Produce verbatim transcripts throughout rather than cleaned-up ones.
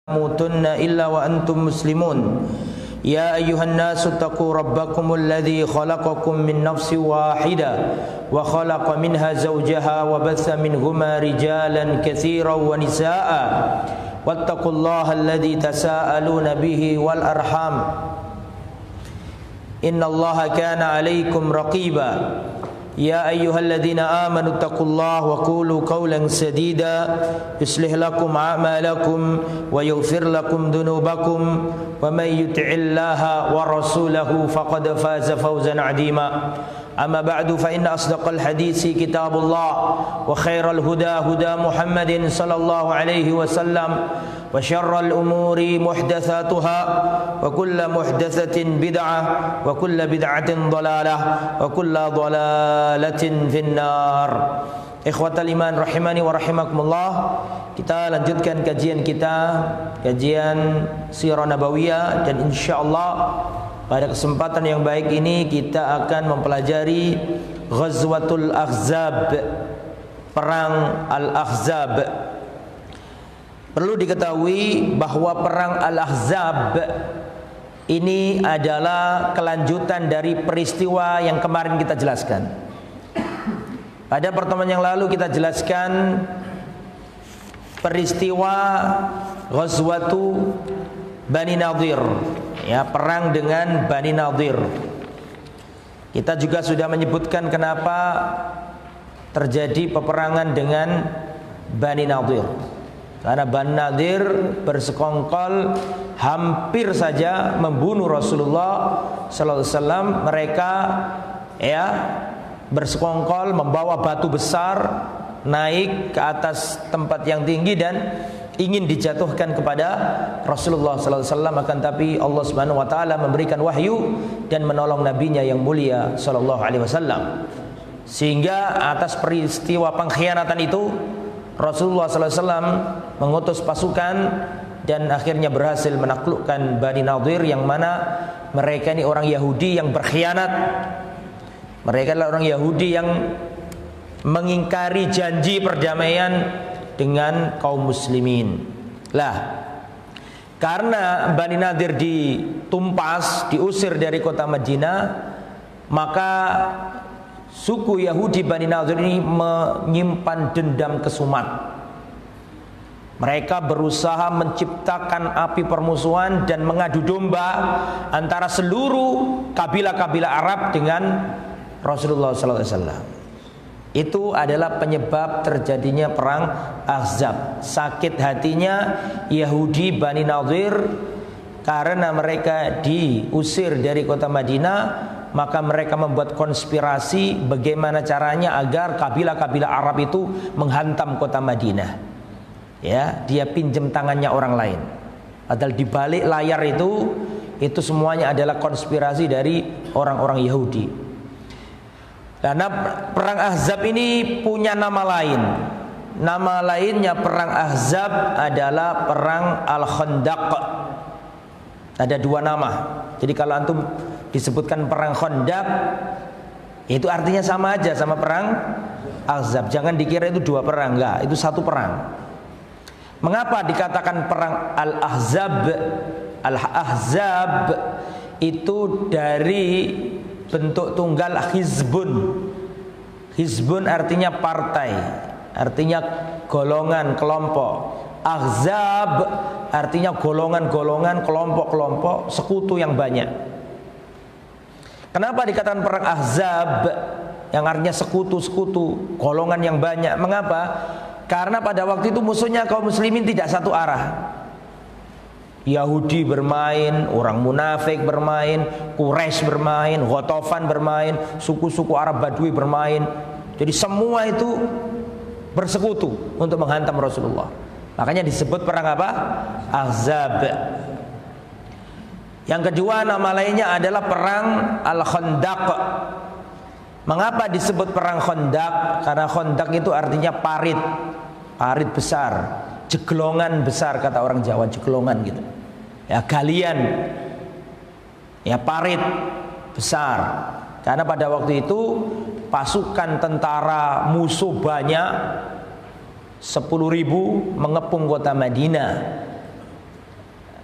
تموتن إلا وأنتم مسلمون يا أيها الناس اتقوا ربكم الذي خلقكم من نفس واحدة وخلق منها زوجها وبث منهما رجالا كثيرا ونساء واتقوا الله الذي تساءلون به والأرحام إن الله كان عليكم رقيبا يا أيها الذين آمنوا اتقوا الله وقولوا قولا سديدا يصلح لكم أعمالكم ويغفر لكم ذنوبكم ومن يطع الله ورسوله فقد فاز فوزا عظيما أما بعد فإن أصدق الحديث كتاب الله وخير الهدى هدى محمد صلى الله عليه وسلم وشر الأمور محدثاتها وكل محدثة بدعة وكل بدعة ضلالة وكل ضلالة في النار. Ikhwatal iman rahimani wa rahimakumullah. Kita lanjutkan kajian kita, kajian Sirah Nabawiyah, dan insyaallah pada kesempatan yang baik ini kita akan mempelajari Ghazwatul Ahzab, perang Al-Ahzab. Perlu diketahui bahwa perang Al-Ahzab ini adalah kelanjutan dari peristiwa yang kemarin kita jelaskan. Pada pertemuan yang lalu kita jelaskan peristiwa Ghazwatu Bani Nadir, ya, perang dengan Bani Nadir. Kita juga sudah menyebutkan kenapa terjadi peperangan dengan Bani Nadir. Karena Bani Nadir bersekongkol hampir saja membunuh Rasulullah sallallahu alaihi wasallam. Mereka ya bersekongkol membawa batu besar naik ke atas tempat yang tinggi dan ingin dijatuhkan kepada Rasulullah sallallahu alaihi wasallam, akan tapi Allah Subhanahu wa taala memberikan wahyu dan menolong nabinya yang mulia sallallahu alaihi wasallam. Sehingga atas peristiwa pengkhianatan itu Rasulullah sallallahu alaihi wasallam mengutus pasukan dan akhirnya berhasil menaklukkan Bani Nadir, yang mana mereka ini orang Yahudi yang berkhianat. Mereka adalah orang Yahudi yang mengingkari janji perdamaian dengan kaum muslimin. Lah, karena Bani Nadir ditumpas, diusir dari kota Madinah, maka suku Yahudi Bani Nadir ini menyimpan dendam kesumat. Mereka berusaha menciptakan api permusuhan dan mengadu domba antara seluruh kabilah-kabilah Arab dengan Rasulullah sallallahu alaihi wasallam. Itu adalah penyebab terjadinya perang Ahzab. Sakit hatinya Yahudi Bani Nadir karena mereka diusir dari kota Madinah, maka mereka membuat konspirasi bagaimana caranya agar kabilah-kabilah Arab itu menghantam kota Madinah. Ya, dia pinjam tangannya orang lain. Padahal di balik layar itu itu semuanya adalah konspirasi dari orang-orang Yahudi. Karena perang Ahzab ini punya nama lain. Nama lainnya perang Ahzab adalah perang Al-Khandaq. Ada dua nama. Jadi kalau antum disebutkan perang Khandaq, itu artinya sama aja sama perang Ahzab. Jangan dikira itu dua perang, enggak, itu satu perang. Mengapa dikatakan perang Al-Ahzab? Al-Ahzab itu dari bentuk tunggal hizbun. Hizbun artinya partai, artinya golongan, kelompok. Ahzab artinya golongan-golongan, kelompok-kelompok, sekutu yang banyak. Kenapa dikatakan perang Ahzab yang artinya sekutu-sekutu, golongan yang banyak? Mengapa? Karena pada waktu itu musuhnya kaum muslimin tidak satu arah. Yahudi bermain, orang munafik bermain, Quraisy bermain, Ghatafan bermain, suku-suku Arab Badui bermain. Jadi semua itu bersekutu untuk menghantam Rasulullah. Makanya disebut perang apa? Ahzab. Yang kedua nama lainnya adalah perang Al-Khandaq. Mengapa disebut perang Khandaq? Karena Khandaq itu artinya parit, parit besar, jeglongan besar, kata orang Jawa, jeglongan gitu. Ya, galian, ya, parit besar. Karena pada waktu itu pasukan tentara musuh banyak, sepuluh ribu mengepung kota Madinah.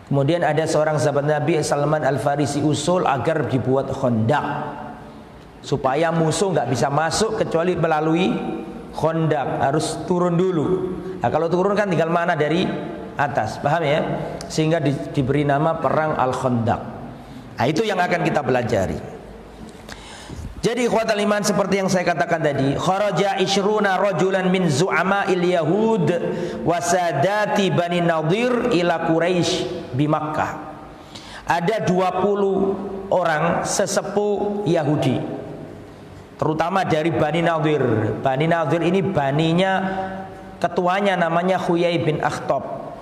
Kemudian ada seorang sahabat Nabi, Salman Al-Farisi, usul agar dibuat Khandaq supaya musuh nggak bisa masuk kecuali melalui Khandaq, harus turun dulu. Nah, kalau turun kan tinggal mana dari atas, paham ya? Sehingga di, diberi nama perang Al-Khandaq. Nah, itu yang akan kita pelajari. Jadi ikhwatal iman, seperti yang saya katakan tadi, kharaja ishruna rajulan min zu'ama'il yahud wa sadati Bani Nadir ila Quraisy bi Makkah. Ada dua puluh orang sesepuh Yahudi, terutama dari Bani Nadir. Bani Nadir ini baninya, ketuanya namanya Huyai bin Akhtab.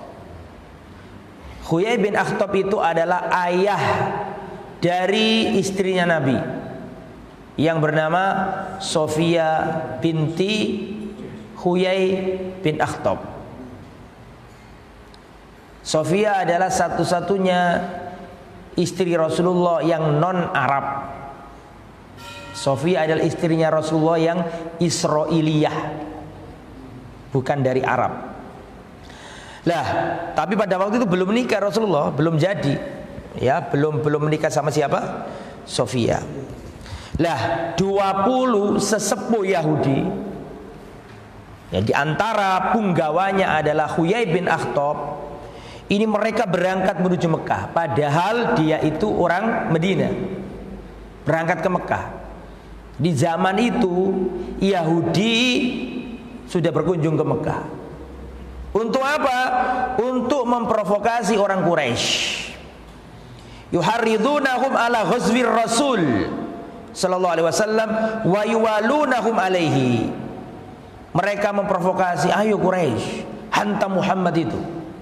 Huyai bin Akhtab itu adalah ayah dari istrinya Nabi yang bernama Sofia binti Huyai bin Akhtab. Sofia adalah satu-satunya istri Rasulullah yang non Arab. Sofia adalah istrinya Rasulullah yang Israiliyah, bukan dari Arab. Lah, tapi pada waktu itu belum menikah Rasulullah, belum jadi, ya, belum belum menikah sama siapa? Sofia. Lah, dua puluh sesepuh Yahudi, ya, di antara punggawanya adalah Huyai bin Akhtab. Ini mereka berangkat menuju Mekah, padahal dia itu orang Medina, berangkat ke Mekah. Di zaman itu Yahudi sudah berkunjung ke Mekah. Untuk apa? Untuk memprovokasi orang Quraisy. Yuharridunahum ala ghazwir Rasul sallallahu alaihi wasallam wa yuwalunahum alaihi. Mereka memprovokasi, ayo Quraisy, hantam Muhammad itu.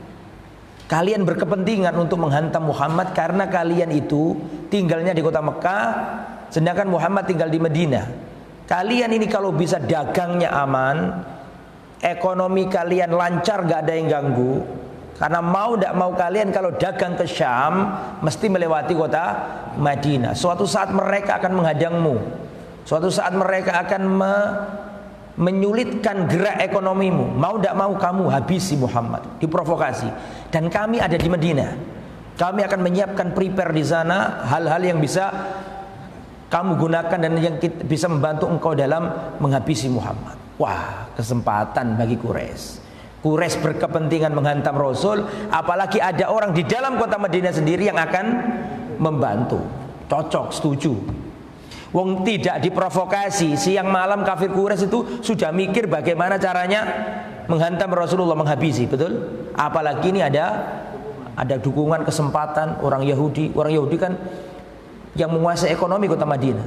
Kalian berkepentingan untuk menghantam Muhammad karena kalian itu tinggalnya di kota Mekah, sedangkan Muhammad tinggal di Madinah. Kalian ini kalau bisa dagangnya aman, ekonomi kalian lancar, gak ada yang ganggu. Karena mau tidak mau kalian kalau dagang ke Syam mesti melewati kota Madinah. Suatu saat mereka akan menghadangmu. Suatu saat mereka akan me menyulitkan gerak ekonomimu. Mau tidak mau kamu habisi Muhammad, diprovokasi. Dan kami ada di Madinah. Kami akan menyiapkan prepare di sana hal-hal yang bisa kamu gunakan dan yang bisa membantu engkau dalam menghabisi Muhammad. Wah, kesempatan bagi Quraisy. Quraisy berkepentingan menghantam Rasul, apalagi ada orang di dalam kota Madinah sendiri yang akan membantu. Cocok, setuju. Wong tidak diprovokasi, siang malam kafir Quraisy itu sudah mikir bagaimana caranya menghantam Rasulullah, menghabisi, betul? Apalagi ini ada ada dukungan, kesempatan orang Yahudi. Orang Yahudi kan yang menguasai ekonomi kota Madinah.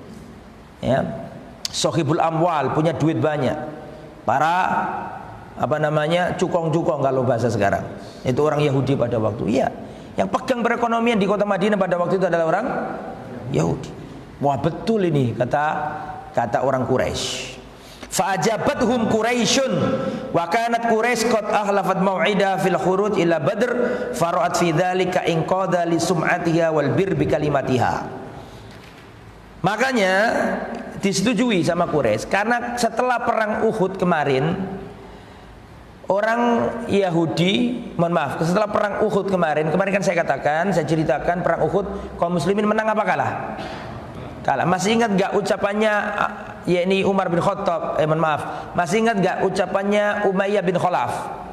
Ya. Sohibul amwal, punya duit banyak. Para apa namanya, cukong-cukong kalau bahasa sekarang, itu orang Yahudi pada waktu. Iya, yang pegang perekonomian di kota Madinah pada waktu itu adalah orang Yahudi. Wah, betul ini kata kata orang Quraisy. Fa'ajabathum Quraisyun wa kanat Quraisy qad ahlafat mau'ida fil khuruj ila Badr fara'at fi dzalika inqadha li sum'atiha wal bir bi kalimatiha. Makanya disetujui sama Quraisy karena setelah perang Uhud kemarin, orang Yahudi, mohon maaf, setelah perang Uhud kemarin, kemarin kan saya katakan, saya ceritakan perang Uhud, kaum muslimin menang apa kalah? Kalah. Masih ingat gak ucapannya, yakni Umar bin Khattab, eh mohon maaf, masih ingat gak ucapannya Umayyah bin Khalaf?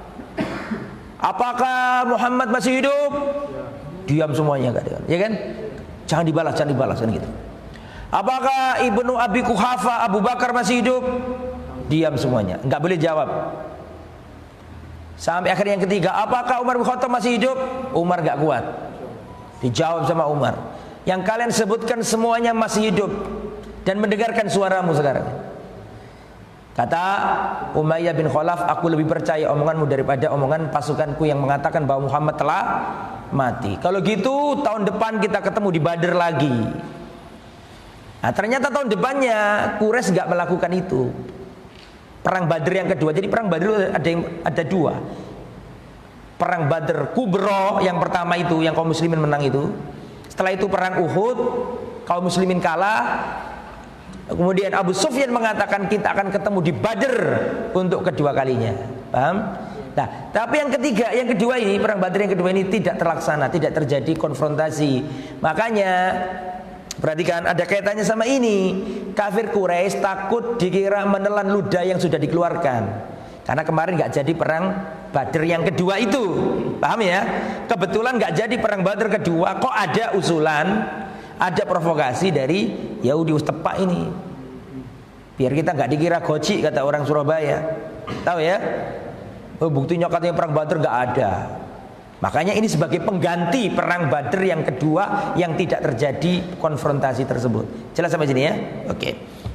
Apakah Muhammad masih hidup? Diam semuanya, gak, ya kan? Jangan dibalas, jangan dibalas kan gitu. Apakah Ibnu Abi Quhafa, Abu Bakar masih hidup? Diam semuanya, nggak boleh jawab. Sampai akhirnya yang ketiga, apakah Umar bin Khattab masih hidup? Umar gak kuat, dijawab sama Umar, yang kalian sebutkan semuanya masih hidup dan mendengarkan suaramu sekarang. Kata Umayyah bin Khalaf, aku lebih percaya omonganmu daripada omongan pasukanku yang mengatakan bahwa Muhammad telah mati. Kalau gitu tahun depan kita ketemu di Badr lagi. Nah, ternyata tahun depannya Quraisy gak melakukan itu. Perang Badr yang kedua. Jadi perang Badr ada yang, ada dua. Perang Badr Kubro yang pertama itu, yang kaum muslimin menang itu. Setelah itu perang Uhud, kaum muslimin kalah. Kemudian Abu Sufyan mengatakan kita akan ketemu di Badr untuk kedua kalinya. Paham? Nah, tapi yang ketiga, yang kedua ini, perang Badar yang kedua ini tidak terlaksana, tidak terjadi konfrontasi. Makanya perhatikan, ada kaitannya sama ini. Kafir Quraisy takut dikira menelan ludah yang sudah dikeluarkan. Karena kemarin nggak jadi perang Badar yang kedua itu, paham ya? Kebetulan nggak jadi perang Badar kedua, kok ada usulan, ada provokasi dari Yahudi tepak ini. Biar kita nggak dikira goci, kata orang Surabaya. Tahu ya? Oh, buktinya katanya perang Badar nggak ada. Makanya ini sebagai pengganti perang Badar yang kedua yang tidak terjadi konfrontasi tersebut. Jelas sampai sini ya? Oke.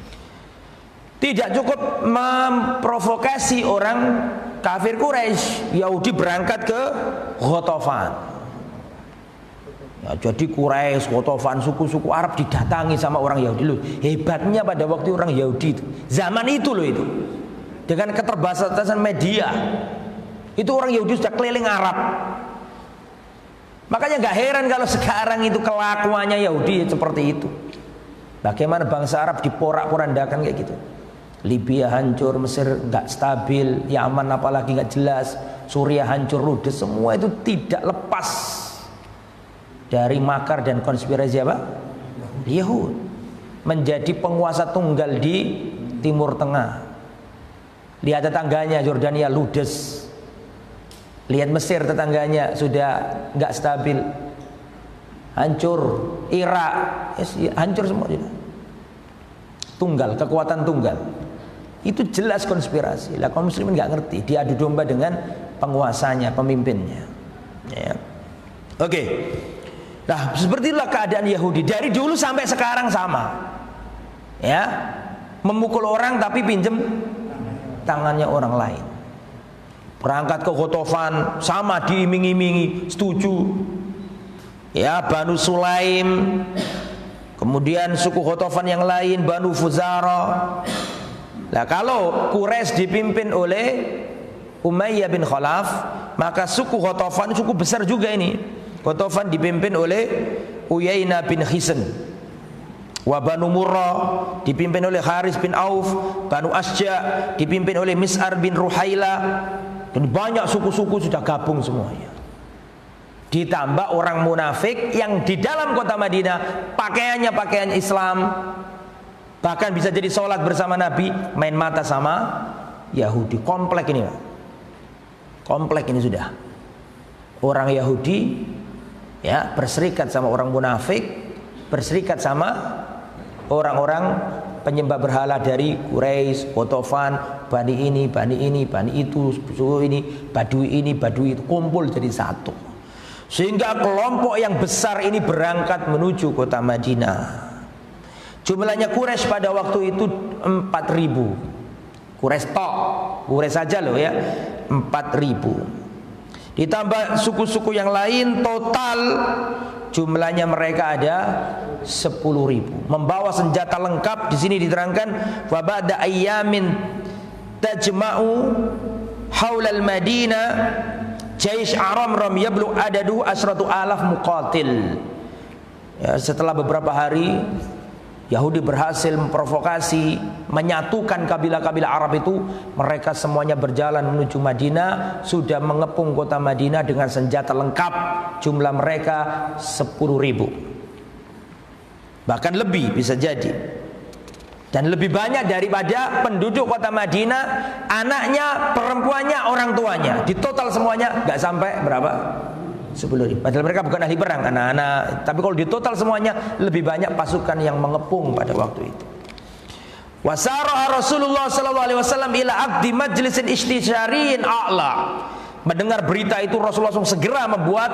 Tidak cukup memprovokasi orang kafir Quraisy, Yahudi berangkat ke Ghatafan. Ya, jadi Quraisy, Ghatafan, suku-suku Arab didatangi sama orang Yahudi. Loh, hebatnya pada waktu orang Yahudi itu, zaman itu loh itu, dengan keterbatasan media, itu orang Yahudi sudah keliling Arab. Makanya gak heran kalau sekarang itu kelakuannya Yahudi seperti itu. Bagaimana bangsa Arab diporak-porandakan kayak gitu. Libya hancur, Mesir gak stabil, Yaman apalagi gak jelas, Suriah hancur ludes, semua itu tidak lepas dari makar dan konspirasi apa? Yahud menjadi penguasa tunggal di Timur Tengah. Lihat tetangganya Yordania ludes, lihat Mesir tetangganya sudah nggak stabil, hancur, Irak hancur semua, tunggal, kekuatan tunggal. Itu jelas konspirasi. Lah kaum muslimin nggak ngerti, diadu domba dengan penguasanya, pemimpinnya. Ya. Oke. Nah, seperti itulah keadaan Yahudi dari dulu sampai sekarang sama. Ya. Memukul orang tapi pinjem tangannya orang lain. Berangkat ke Ghatafan sama diiming-imingi, setuju. Ya, Banu Sulaim, kemudian suku Ghatafan yang lain, Banu Fuzara. Nah, kalau Quraisy dipimpin oleh Umayyah bin Khalaf, maka suku Ghatafan suku besar juga ini. Ghatafan dipimpin oleh Uyainah bin Hisn. Wa Banu Murrah dipimpin oleh Haris bin Auf, Banu Asja dipimpin oleh Mis'ar bin Ruhaila. Dan banyak suku-suku sudah gabung semuanya. Ditambah orang munafik yang di dalam kota Madinah pakaiannya pakaian Islam, bahkan bisa jadi sholat bersama Nabi, main mata sama Yahudi. Komplek ini, komplek ini sudah. Orang Yahudi ya berserikat sama orang munafik, berserikat sama orang-orang penyembah berhala dari Quraisy, Ghatafan, Bani ini, Bani ini, Bani itu, suku ini, Badui ini, Badui itu, kumpul jadi satu. Sehingga kelompok yang besar ini berangkat menuju kota Madinah. Jumlahnya Quraisy pada waktu itu empat ribu. Quraisy tok, Quraisy saja loh ya, empat ribu. Ditambah suku-suku yang lain, total jumlahnya mereka ada sepuluh ribu. Membawa senjata lengkap. Di sini diterangkan wa ba'da ayyamin tajma'u haulal Madinah jaish Aramram yablu adadu asratu alaf muqatil. Ya, setelah beberapa hari Yahudi berhasil memprovokasi, menyatukan kabilah-kabilah Arab itu. Mereka semuanya berjalan menuju Madinah, sudah mengepung kota Madinah dengan senjata lengkap. Jumlah mereka sepuluh ribu, bahkan lebih bisa jadi. Dan lebih banyak daripada penduduk kota Madinah, anaknya, perempuannya, orang tuanya. Di total semuanya gak sampai berapa? sepuluh ribu. Padahal mereka bukan ahli perang, anak-anak. Tapi kalau di total semuanya lebih banyak pasukan yang mengepung pada waktu itu. Wasaraha Rasulullah sallallahu alaihi wasallam ila aqdi majlisin istisyariin a'la. Mendengar berita itu Rasulullah langsung segera membuat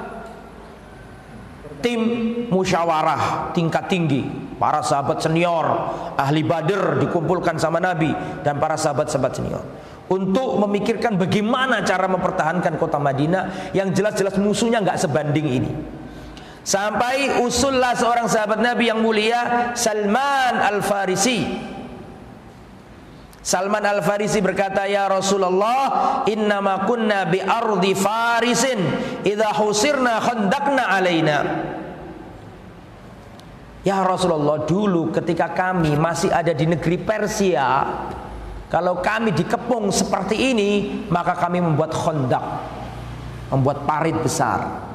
tim musyawarah tingkat tinggi. Para sahabat senior ahli Badar dikumpulkan sama Nabi dan para sahabat-sahabat senior untuk memikirkan bagaimana cara mempertahankan kota Madinah yang jelas-jelas musuhnya nggak sebanding ini. Sampai usullah seorang sahabat Nabi yang mulia, Salman Al-Farisi. Salman Al-Farisi berkata, ya Rasulullah, innama kunna bi ardi Farisin, idza husirna khandaqna alaina. Ya Rasulullah, dulu ketika kami masih ada di negeri Persia, kalau kami dikepung seperti ini, maka kami membuat khandak, membuat parit besar.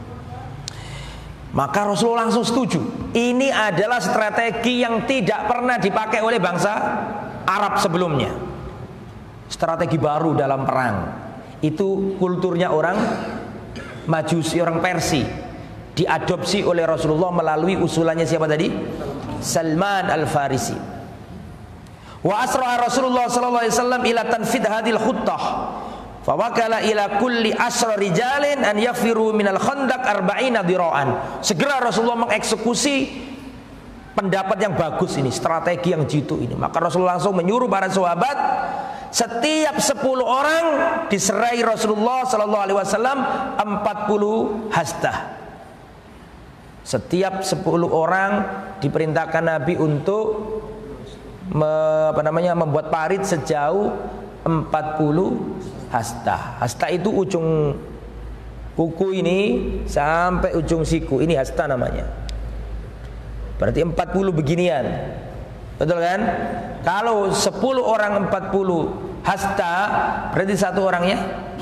Maka Rasulullah langsung setuju. Ini adalah strategi yang tidak pernah dipakai oleh bangsa Arab sebelumnya. Strategi baru dalam perang. Itu kulturnya orang Majusi, orang Persia. Diadopsi oleh Rasulullah melalui usulannya siapa tadi? Salman Al-Farisi. Wa asra Rasulullah sallallahu alaihi wasallam ila tanfid hadhil khuttah. Fawakala ila kulli asra rijalin an yafiru minal khandaq arba'ina dira'an. Segera Rasulullah mengeksekusi pendapat yang bagus ini, strategi yang jitu ini. Maka Rasulullah langsung menyuruh para sahabat, setiap sepuluh orang diserai Rasulullah sallallahu alaihi wasallam empat puluh hastah. Setiap sepuluh orang diperintahkan Nabi untuk me, apa namanya, membuat parit sejauh empat puluh hasta. Hasta itu ujung kuku ini sampai ujung siku. Ini hasta namanya. Berarti empat puluh beginian. Betul kan? Kalau sepuluh orang empat puluh hasta, berarti satu orangnya?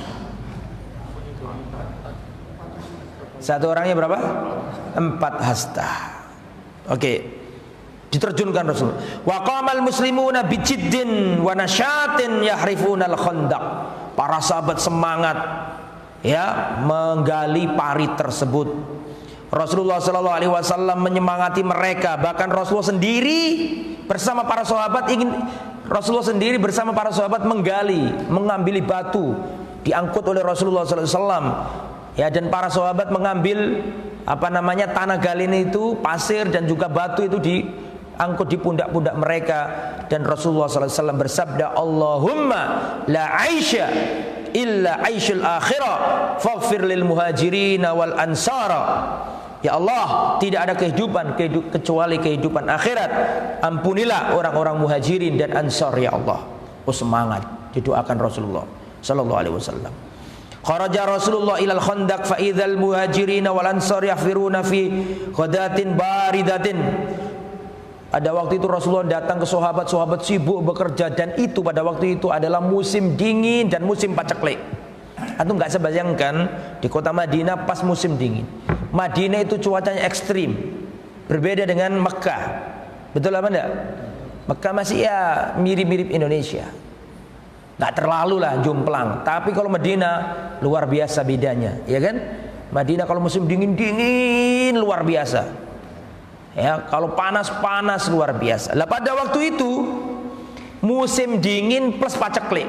Satu orangnya berapa? Empat hasta. Oke. Diterjunkan Rasul. Wa qamal muslimuna bijiddin wa nasyatin yahrifuna al-khandaq. Para sahabat semangat ya menggali parit tersebut. Rasulullah sallallahu alaihi wasallam menyemangati mereka, bahkan Rasulullah sendiri bersama para sahabat ingin Rasulullah sendiri bersama para sahabat menggali, mengambil batu, diangkut oleh Rasulullah sallallahu alaihi wasallam. Ya, dan para sahabat mengambil apa namanya tanah galian itu, pasir dan juga batu itu diangkut di pundak-pundak mereka. Dan Rasulullah sallallahu alaihi wasallam bersabda, Allahumma la aisha illa aishul akhirah faghfir lil muhajirin wal ansara. Ya Allah, tidak ada kehidupan kecuali kehidupan akhirat. Ampunilah orang-orang muhajirin dan ansar ya Allah. Oh, semangat didoakan Rasulullah sallallahu alaihi wasallam. Kharaja Rasulullah ilal khandaq fa idzal muhajirin wal ansar yafiruna fi ghadatin baridatin. Pada waktu itu Rasulullah datang ke sahabat-sahabat sibuk bekerja, dan itu pada waktu itu adalah musim dingin dan musim paceklik. Antum nggak sebayangkan di kota Madinah pas musim dingin. Madinah itu cuacanya ekstrim, berbeda dengan Mekah. Betul apa enggak? Mekah masih ya mirip-mirip Indonesia, nggak terlalu lah jomplang. Tapi kalau Madinah luar biasa bedanya, ya kan? Madinah kalau musim dingin dingin luar biasa. Ya, kalau panas-panas luar biasa. Lah pada waktu itu musim dingin plus paceklik.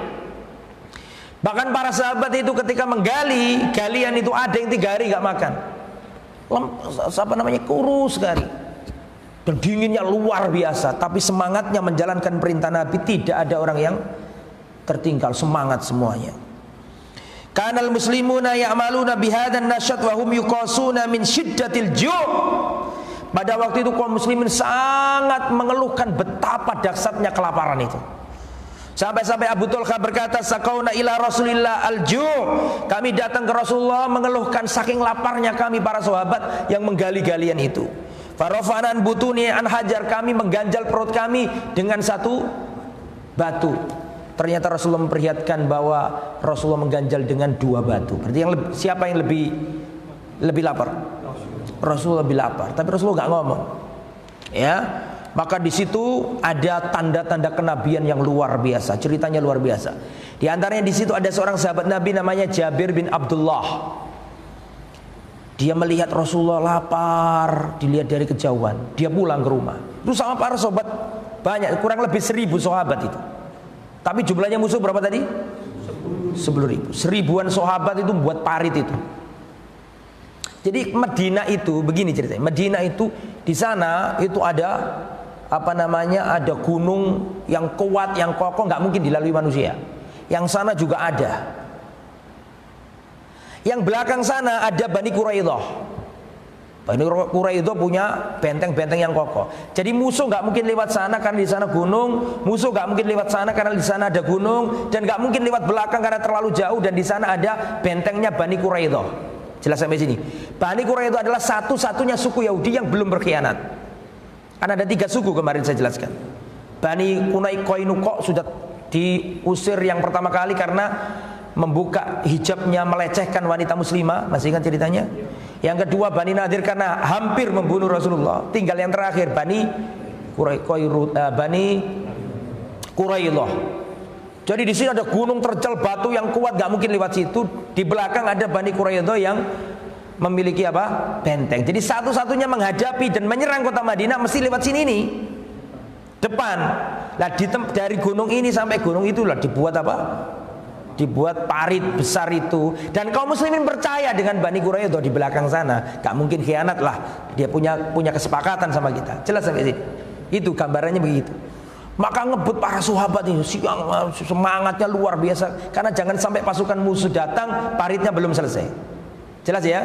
Bahkan para sahabat itu ketika menggali galian itu ada yang tiga hari nggak makan. Lem, apa namanya kurus sekali. Dan dinginnya luar biasa. Tapi semangatnya menjalankan perintah Nabi, tidak ada orang yang tertinggal, semangat semuanya. Kanal muslimuna ya'maluna bihadan nasyad wa hum yuqasuna min syiddatil ju'. Pada waktu itu kaum muslimin sangat mengeluhkan betapa dahsyatnya kelaparan itu. Sampai-sampai Abu Talha berkata, sakauna ila Rasulillah al-ju'. Kami datang ke Rasulullah mengeluhkan saking laparnya kami para sahabat yang menggali galian itu. Farafanan butuni an hajar, kami mengganjal perut kami dengan satu batu. Ternyata Rasulullah memperlihatkan bahwa Rasulullah mengganjal dengan dua batu. Berarti yang lebih, siapa yang lebih lebih lapar? Rasulullah lebih lapar, tapi Rasulullah nggak ngomong. Ya, maka di situ ada tanda-tanda kenabian yang luar biasa, ceritanya luar biasa. Di antaranya di situ ada seorang sahabat Nabi namanya Jabir bin Abdullah. Dia melihat Rasulullah lapar, dilihat dari kejauhan. Dia pulang ke rumah. Itu sama para sahabat banyak, kurang lebih seribu sahabat itu. Tapi jumlahnya musuh berapa tadi? Sepuluh ribu. Seribuan sahabat itu buat parit itu. Jadi Madinah itu begini ceritanya. Madinah itu di sana itu ada apa namanya, ada gunung yang kuat, yang kokoh, nggak mungkin dilalui manusia. Yang sana juga ada. Yang belakang sana ada Bani Quraidah. Bani Quraidah punya benteng-benteng yang kokoh. Jadi musuh nggak mungkin lewat sana karena di sana gunung. Musuh nggak mungkin lewat sana karena di sana ada gunung, dan nggak mungkin lewat belakang karena terlalu jauh dan di sana ada bentengnya Bani Quraidah. Jelas sampai sini. Bani Quraidah adalah satu-satunya suku Yahudi yang belum berkhianat. Karena ada tiga suku kemarin saya jelaskan. Bani Qainuqa sudah diusir yang pertama kali karena membuka hijabnya melecehkan wanita muslimah, masih ingat ceritanya? Yang kedua Bani Nadir karena hampir membunuh Rasulullah. Tinggal yang terakhir Bani Quraidah, Bani Quraidah. Jadi di sini ada gunung terjal batu yang kuat, gak mungkin lewat situ. Di belakang ada Bani Quraidah yang memiliki apa? Benteng. Jadi satu-satunya menghadapi dan menyerang kota Madinah mesti lewat sini nih, depan. Lah di dari gunung ini sampai gunung itulah dibuat apa? Dibuat parit besar itu. Dan kaum muslimin percaya dengan Bani Quraidah di belakang sana. Gak mungkin khianat lah. Dia punya punya kesepakatan sama kita. Jelas sampai sini. Itu gambarannya begitu. Maka ngebut para sahabat ini, semangatnya luar biasa. Karena jangan sampai pasukan musuh datang, paritnya belum selesai. Jelas ya?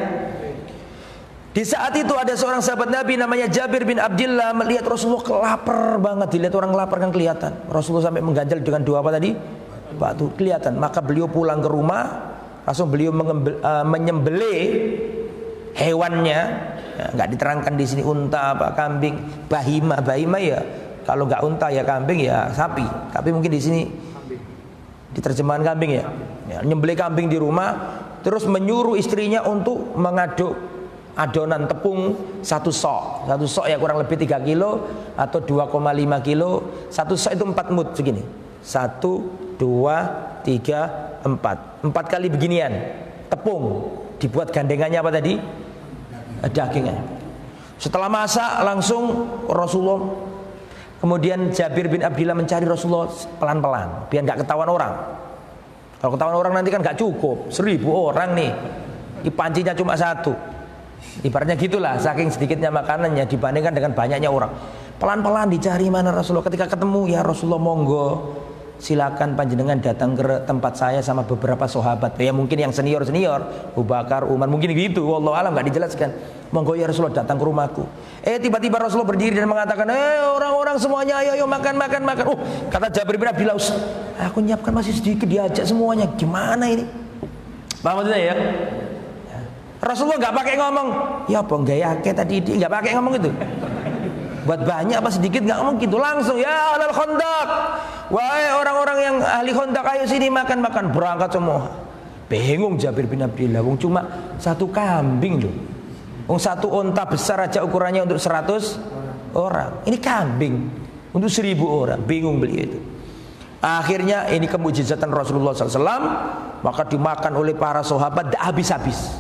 Di saat itu ada seorang sahabat Nabi namanya Jabir bin Abdullah melihat Rasulullah lapar banget. Dilihat orang lapar kan kelihatan. Rasulullah sampai mengganjal dengan dua apa tadi? Batu, kelihatan. Maka beliau pulang ke rumah, langsung beliau mengembel, uh, menyembelih hewannya. Ya, nggak diterangkan di sini unta apa kambing, bahima, bahima ya. Kalau nggak unta ya kambing ya sapi. Tapi mungkin di sini diterjemahkan kambing ya. Ya, nyembelih kambing di rumah, terus menyuruh istrinya untuk mengaduk adonan tepung satu sok. Satu sok ya kurang lebih tiga kilo atau dua koma lima kilo. Satu sok itu empat mud segini. Satu, dua, tiga, empat. Empat kali beginian tepung. Dibuat gandengannya apa tadi? Dagingnya. Setelah masak langsung Rasulullah. Kemudian Jabir bin Abdullah mencari Rasulullah pelan-pelan biar nggak ketahuan orang. Kalau ketahuan orang nanti kan nggak cukup. Seribu orang nih, di pancinya cuma satu. Ibaratnya gitulah, saking sedikitnya makanannya dibandingkan dengan banyaknya orang. Pelan-pelan dicari mana Rasulullah. Ketika ketemu, ya Rasulullah monggo, silakan panjenengan datang ke tempat saya sama beberapa sahabat. Ya mungkin yang senior-senior, Abu Bakar, Umar, mungkin gitu. Wallahu alam, nggak dijelaskan. Monggo ya Rasulullah datang ke rumahku. Eh tiba-tiba Rasulullah berdiri dan mengatakan, eh orang-orang semuanya ayo ayo makan makan makan. Uh kata Jabir bin Abdullah, aku nyiapkan masih sedikit, diajak semuanya. Gimana ini? Paham maksudnya ya? Rasulullah nggak pakai ngomong, ya apa nggak yakin tadi nggak pakai ngomong itu. Buat banyak apa sedikit nggak ngomong gitu, langsung ya ahlul khandaq, wahai orang-orang yang ahli khandaq, ayo sini makan makan, berangkat semua. Bingung Jabir bin Abdullah, wong cuma satu kambing loh. Wong satu onta besar aja ukurannya untuk seratus orang. Ini kambing untuk seribu orang. Bingung beliau itu. Akhirnya ini kemujizatan Rasulullah shallallahu alaihi wasallam. Maka dimakan oleh para sahabat tak habis-habis.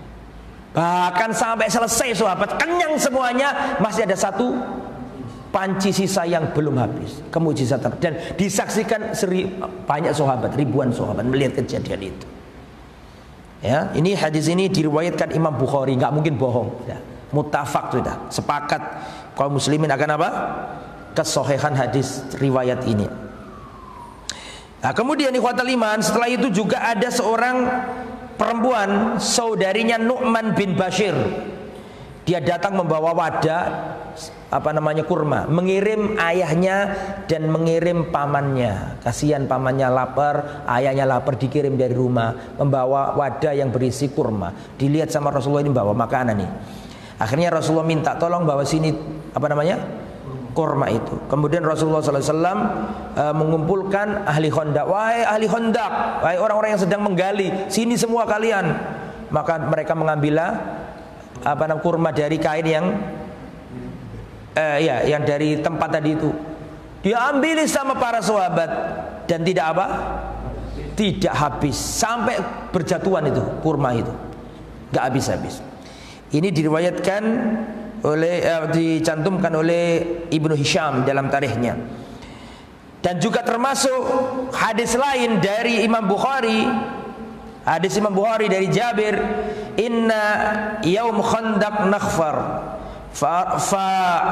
Bahkan sampai selesai sahabat kenyang semuanya, masih ada satu panci sisa yang belum habis. Kemujizatan. Dan disaksikan seri, banyak sahabat, ribuan sahabat melihat kejadian itu. Ya, ini hadis ini diriwayatkan Imam Bukhari, nggak mungkin bohong. Ya, muttafaq sudah, sepakat kaum muslimin akan apa? Kesohihan hadis riwayat ini. Nah, kemudian ikhwatal iman, setelah itu juga ada seorang perempuan, saudarinya Nu'man bin Bashir. Dia datang membawa wadah apa namanya kurma, mengirim ayahnya dan mengirim pamannya. Kasihan pamannya lapar, ayahnya lapar, dikirim dari rumah membawa wadah yang berisi kurma. Dilihat sama Rasulullah, ini bawa makanan nih. Akhirnya Rasulullah minta tolong bawa sini apa namanya kurma itu. Kemudian Rasulullah shallallahu alaihi wasallam uh, mengumpulkan ahli khandaq. Wahai ahli khandaq, wahai orang-orang yang sedang menggali, sini semua kalian. Maka mereka mengambil apa namanya kurma dari kain yang Eh, ya, yang dari tempat tadi itu diambil sama para sahabat dan tidak apa? Tidak habis sampai berjatuhan itu kurma itu, nggak habis-habis. Ini diriwayatkan oleh, eh, dicantumkan oleh Ibnu Hisham dalam tarikhnya. Dan juga termasuk hadis lain dari Imam Bukhari, hadis Imam Bukhari dari Jabir, inna yaum khandaq nakhfar fa fa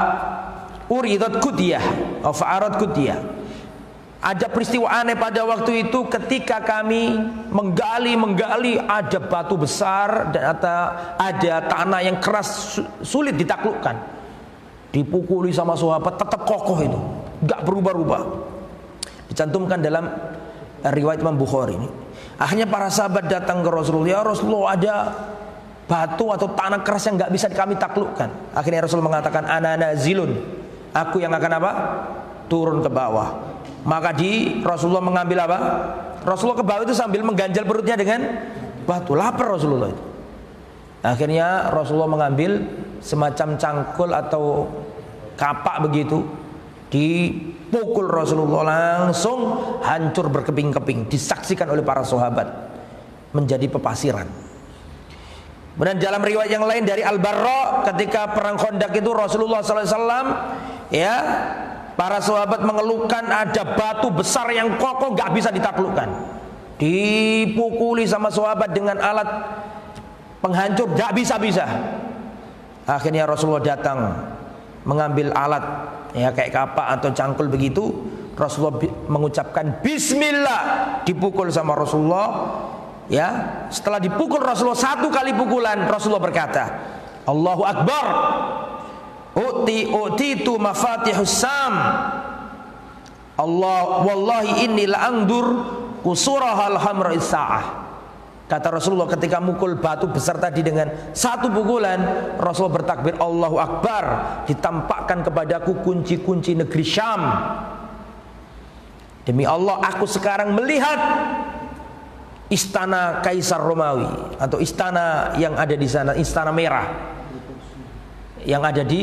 uridat kudiyah atau fa'arat kudiyah. Ada peristiwa aneh pada waktu itu ketika kami menggali menggali ada batu besar dan ada, ada tanah yang keras sulit ditaklukkan. Dipukuli sama sahabat tetap kokoh itu, enggak berubah-ubah. Dicantumkan dalam riwayat Imam Bukhari ini. Akhirnya para sahabat datang ke Rasulullah, ya Rasulullah ada batu atau tanah keras yang nggak bisa kami taklukkan. Akhirnya Rasul mengatakan, ana nazilun, aku yang akan apa? Turun ke bawah. Maka di Rasulullah mengambil apa? Rasulullah ke bawah itu sambil mengganjal perutnya dengan batu. Lapar Rasulullah itu. Akhirnya Rasulullah mengambil semacam cangkul atau kapak begitu, dipukul Rasulullah, langsung hancur berkeping-keping, disaksikan oleh para sahabat menjadi pepasiran. Kemudian dalam riwayat yang lain dari Al-Barra, ketika perang Khandaq itu Rasulullah sallallahu alaihi wasallam, ya, para sahabat mengeluhkan ada batu besar yang kokoh gak bisa ditaklukkan, dipukuli sama sahabat dengan alat penghancur gak bisa-bisa. Akhirnya Rasulullah datang mengambil alat, ya, kayak kapak atau cangkul begitu. Rasulullah mengucapkan bismillah, dipukul sama Rasulullah. Ya, setelah dipukul Rasulullah satu kali pukulan, Rasulullah berkata, Allahu Akbar, uti uti tu mafatihus sam, Allah wallahi inni la angdur kusurahal hamra isaah. Kata Rasulullah ketika mukul batu besar tadi dengan satu pukulan, Rasulullah bertakbir Allahu Akbar, ditampakkan kepadaku kunci-kunci negeri Syam. Demi Allah, aku sekarang melihat istana Kaisar Romawi atau istana yang ada di sana, istana merah yang ada di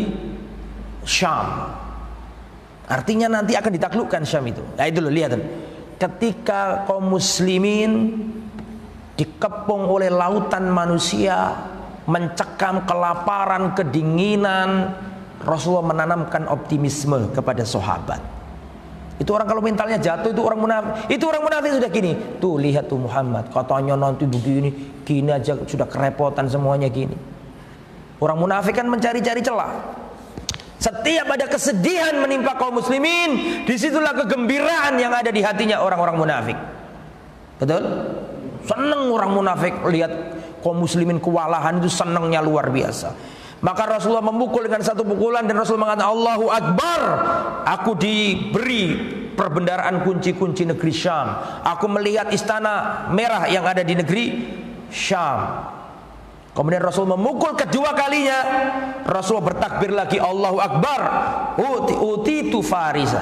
Syam. Artinya nanti akan ditaklukkan Syam itu. Nah itu loh, lihat. Ketika kaum muslimin dikepung oleh lautan manusia, mencekam kelaparan, kedinginan, Rasulullah menanamkan optimisme kepada sahabat. Itu orang kalau mentalnya jatuh, itu orang munafik. Itu orang munafik sudah gini. Tuh lihat tuh Muhammad, katanya nanti begini, gini aja sudah kerepotan semuanya gini. Orang munafik kan mencari-cari celah. Setiap ada kesedihan menimpa kaum muslimin, disitulah kegembiraan yang ada di hatinya orang-orang munafik. Betul? Senang orang munafik lihat kaum muslimin kewalahan, itu senangnya luar biasa. Maka Rasulullah memukul dengan satu pukulan dan Rasulullah mengatakan Allahu Akbar, aku diberi perbendaharaan kunci-kunci negeri Syam. Aku melihat istana merah yang ada di negeri Syam. Kemudian Rasul memukul kedua kalinya, Rasulullah bertakbir lagi Allahu Akbar, uti uti tu Farisa,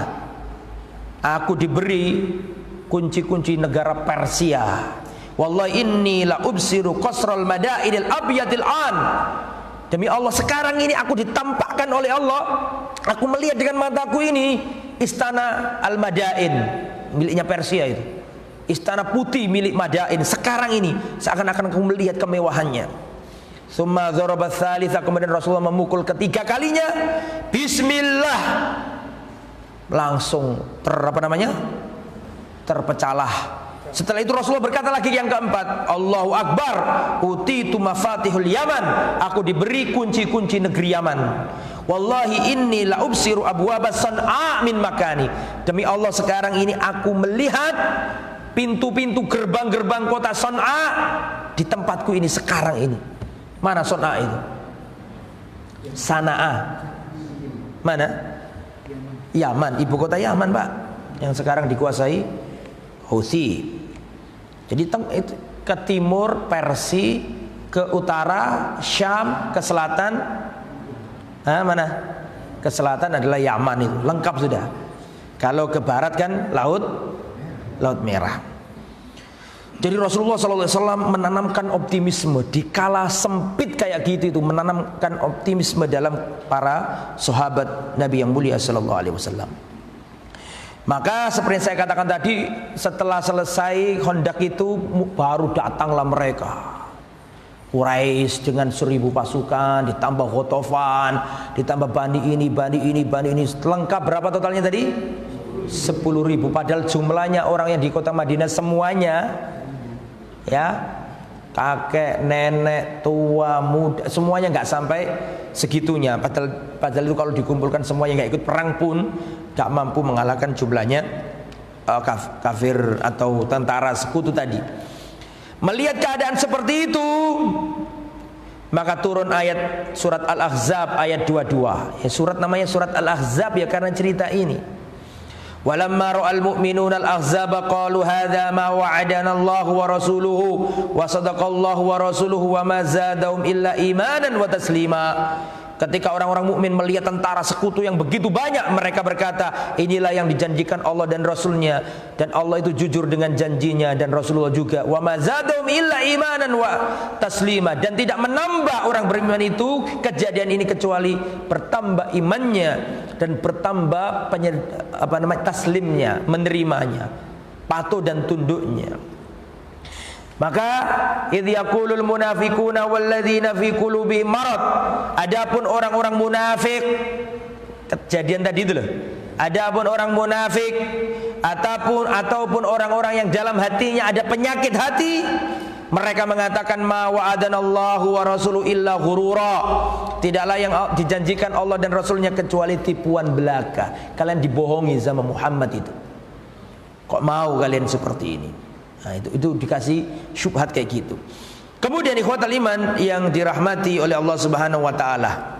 aku diberi kunci-kunci negara Persia. Wallahi inni la ubsiru qasral madainil abyadil an. Demi Allah, sekarang ini aku ditampakkan oleh Allah, aku melihat dengan mataku ini istana Al-Madain miliknya Persia itu, istana putih milik Madain. Sekarang ini seakan-akan aku melihat kemewahannya. Summa dzaraba tsalitsa, kemudian Rasulullah memukul ketiga kalinya, bismillah, langsung ter apa namanya? terpecahlah. Setelah itu Rasulullah berkata lagi yang keempat, Allahu Akbar, utitu mafatihul Yaman, aku diberi kunci-kunci negeri Yaman. Wallahi inni la ubsiru abwaba San'a min makani. Demi Allah, sekarang ini aku melihat pintu-pintu gerbang-gerbang kota San'a di tempatku ini sekarang ini. Mana San'a itu? Sana'a. Mana? Yaman, ibu kota Yaman, Pak, yang sekarang dikuasai Houthi. Jadi itu ke timur Persia, ke utara Syam, ke selatan ah, mana? Ke selatan adalah Yaman, itu lengkap sudah. Kalau ke barat kan laut Laut Merah. Jadi Rasulullah shallallahu alaihi wasallam menanamkan optimisme di kala sempit kayak gitu, itu menanamkan optimisme dalam para sahabat Nabi yang mulia shallallahu alaihi wasallam. Maka seperti saya katakan tadi, setelah selesai Khandaq itu baru datanglah mereka Quraisy dengan seribu pasukan, ditambah Ghatafan, ditambah Bani ini, Bani ini, Bani ini, lengkap berapa totalnya tadi? sepuluh ribu. Padahal jumlahnya orang yang di kota Madinah semuanya, ya, kakek, nenek, tua, muda, semuanya nggak sampai segitunya. Padahal, padahal itu kalau dikumpulkan semuanya nggak ikut perang pun gak mampu mengalahkan jumlahnya uh, kaf, kafir atau tentara sekutu tadi. Melihat keadaan seperti itu, maka turun ayat surat Al-Ahzab ayat dua puluh dua. Ya, surat namanya surat Al-Ahzab ya karena cerita ini. Walamma ra'al mu'minuna al-ahzaba qalu hadza ma wa'adana Allahu wa rasuluhu wa sadaqallahu wa rasuluhu wa ma zadahum illa imanan wa taslima. ketika orang-orang mukmin melihat tentara sekutu yang begitu banyak, mereka berkata, inilah yang dijanjikan Allah dan Rasulnya, dan Allah itu jujur dengan janjinya, dan Rasulullah juga. Wa ma zadahum illa imanan wa taslima, dan tidak menambah orang beriman itu kejadian ini kecuali bertambah imannya dan bertambah penyer, apa namanya taslimnya, menerimanya, patuh dan tunduknya. Maka idh yaqulul munafiquna walladzina fi qulubihim marad, adapun orang-orang munafik, kejadian tadi itu loh, adapun orang munafik ataupun ataupun orang-orang yang dalam hatinya ada penyakit hati, mereka mengatakan ma wa'adanallahu wa rasuluhu illa ghurura, tidaklah yang dijanjikan Allah dan Rasulnya kecuali tipuan belaka. Kalian dibohongi sama Muhammad itu, kok mau kalian seperti ini? Nah, itu, itu dikasih syubhat kayak gitu. Kemudian ikhwatal iman yang dirahmati oleh Allah Subhanahu wa taala,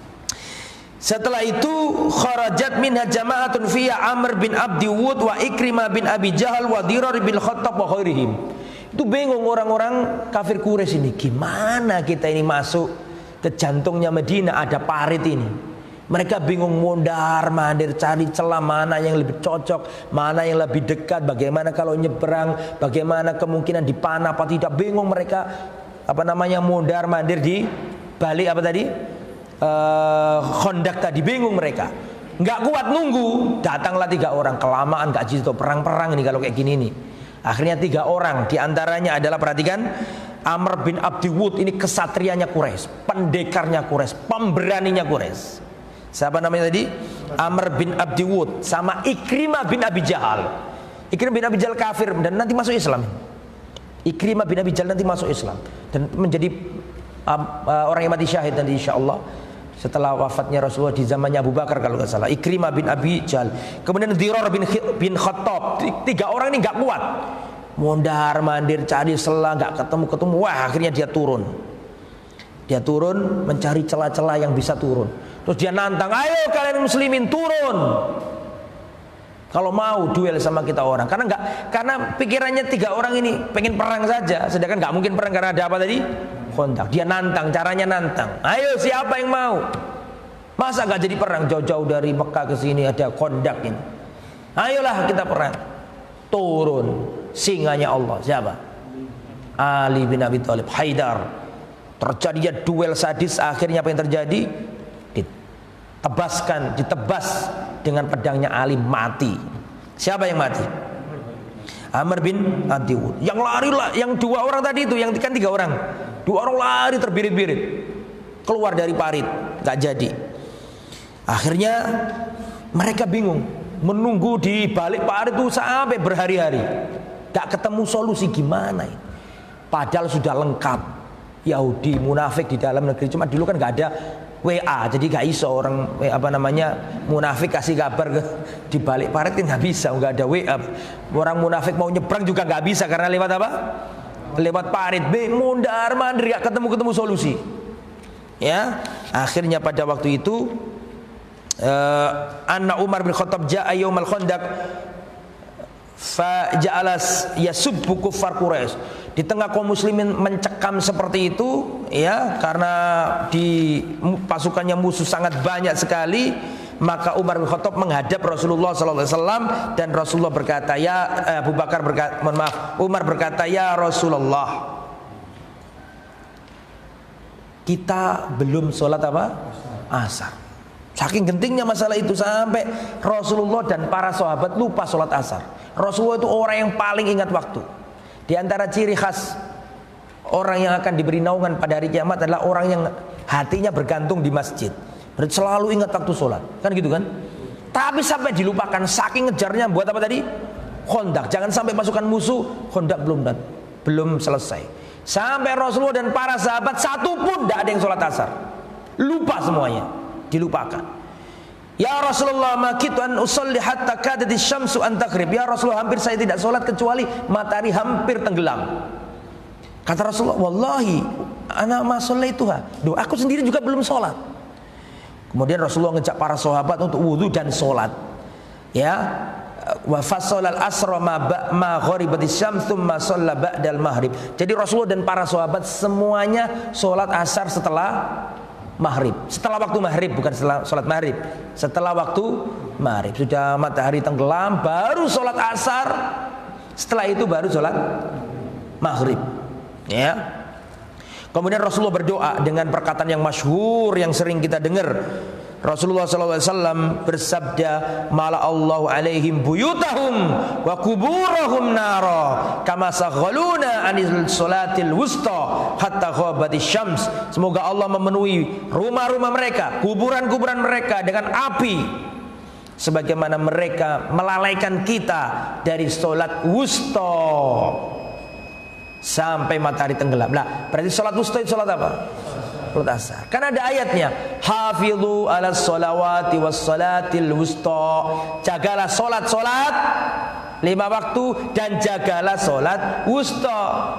setelah itu kharajat minha jama'atun fiya Amr bin Abdi Wud wa Ikrimah bin Abi Jahal wa Dirar bin Khattab wa khairihim. Itu bingung orang-orang kafir Quraisy ini, gimana kita ini masuk ke jantungnya Madinah, ada parit ini. Mereka bingung mondar mandir cari celah mana yang lebih cocok, mana yang lebih dekat, bagaimana kalau nyeberang, bagaimana kemungkinan dipanah apa tidak. Bingung mereka, apa namanya, mondar mandir di balik apa tadi, uh, Khandaq tadi. Bingung mereka, nggak kuat nunggu, datanglah tiga orang. Kelamaan gak jitu perang-perang ini kalau kayak gini nih. Akhirnya tiga orang, diantaranya adalah, perhatikan, Amr bin Abdi Wud, ini kesatrianya Quraisy, pendekarnya Quraisy, pemberaninya Quraisy. Siapa namanya tadi? Amr bin Abdi Wud sama Ikrimah bin Abi Jahal. Ikrimah bin Abi Jahal kafir dan nanti masuk Islam. Ikrimah bin Abi Jahal nanti masuk Islam dan menjadi uh, uh, orang yang mati syahid nanti insyaallah setelah wafatnya Rasulullah di zamannya Abu Bakar kalau nggak salah. Ikrimah bin Abi Jahal. Kemudian Dirar bin bin Khattab. Tiga orang ini nggak kuat, mondar mandir cari celah, nggak ketemu ketemu. Wah, akhirnya dia turun. Dia turun mencari celah-celah yang bisa turun. Terus dia nantang, ayo kalian muslimin turun, kalau mau duel sama kita orang. Karena enggak, karena pikirannya tiga orang ini pengen perang saja, sedangkan nggak mungkin perang karena ada apa tadi? Khandaq. Dia nantang, caranya nantang. Ayo siapa yang mau? Masa nggak jadi perang? Jauh-jauh dari Mekah ke sini ada Khandaq ini. Ayolah kita perang. Turun singanya Allah, siapa? Ali bin Abi Thalib, Haidar. Terjadinya duel sadis. Akhirnya apa yang terjadi? Tebaskan, ditebas dengan pedangnya Ali, mati. Siapa yang mati? Amr bin Abdi Wud. Yang lari lah, yang dua orang tadi itu, yang kan tiga orang. Dua orang lari terbirit-birit keluar dari parit, nggak jadi. Akhirnya mereka bingung, menunggu di balik parit itu sampai berhari-hari, nggak ketemu solusi gimana ini. Padahal sudah lengkap, Yahudi munafik di dalam negeri. Cuma dulu kan nggak ada W A, jadi gak iso orang apa namanya munafik kasih kabar ke, di balik parit kan nggak bisa, nggak ada W A. Orang munafik mau nyebrang juga nggak bisa karena lewat apa? Lewat parit. B, mundar mandir, gak ketemu ketemu solusi. Ya, akhirnya pada waktu itu uh, Anna Umar bin Khattab ja'a yaumal Khandaq fa ja'alas yasubbu kuffar Quraisy. Di tengah kaum muslimin mencekam seperti itu, ya, karena di pasukannya musuh sangat banyak sekali, maka Umar bin Khattab menghadap Rasulullah sallallahu alaihi wasallam dan Rasulullah berkata, ya eh, Abu Bakar berkata, mohon maaf, Umar berkata, ya Rasulullah, kita belum sholat apa? Asar. Saking gentingnya masalah itu sampai Rasulullah dan para sahabat lupa sholat asar. Rasulullah itu orang yang paling ingat waktu. Di antara ciri khas orang yang akan diberi naungan pada hari kiamat adalah orang yang hatinya bergantung di masjid. Berarti selalu ingat waktu sholat, kan gitu kan? Tapi sampai dilupakan, saking ngejarnya buat apa tadi? Khandaq. Jangan sampai pasukan musuh Khandaq belum dan belum selesai. Sampai Rasulullah dan para sahabat satu pun tidak ada yang sholat asar. Lupa semuanya, dilupakan. Ya Rasulullah, makitu an usolli hatta kadati syamsu an taghrib. Ya Rasulullah, hampir saya tidak sholat kecuali matahari hampir tenggelam. Kata Rasulullah, wallahi ana ma shallaituha. Duh, aku sendiri juga belum sholat. Kemudian Rasulullah ngejak para sahabat untuk wudu dan sholat. Ya, wa fassalal asra ma ma gharibatis syams tsumma shalla ba'dal maghrib. Jadi Rasulullah dan para sahabat semuanya sholat asar setelah maghrib. Setelah waktu maghrib, bukan setelah sholat maghrib. Setelah waktu maghrib, sudah matahari tenggelam, baru sholat asar. Setelah itu baru sholat maghrib. Ya. Kemudian Rasulullah berdoa dengan perkataan yang masyhur yang sering kita dengar. Rasulullah shallallahu alaihi wasallam bersabda, "Mala Allahu alaihim buyutahum wa kuburahum nara kama saghaluna anil salatil wusta hatta ghabatis syams." Semoga Allah memenuhi rumah-rumah mereka, kuburan-kuburan mereka dengan api sebagaimana mereka melalaikan kita dari salat wusta sampai matahari tenggelam. Nah, berarti salat wusta itu salat apa? Salat asar. Karena ada ayatnya, hafizu ala sholawati was salatil wusta. Jagalah solat-solat lima waktu dan jagalah solat wusta.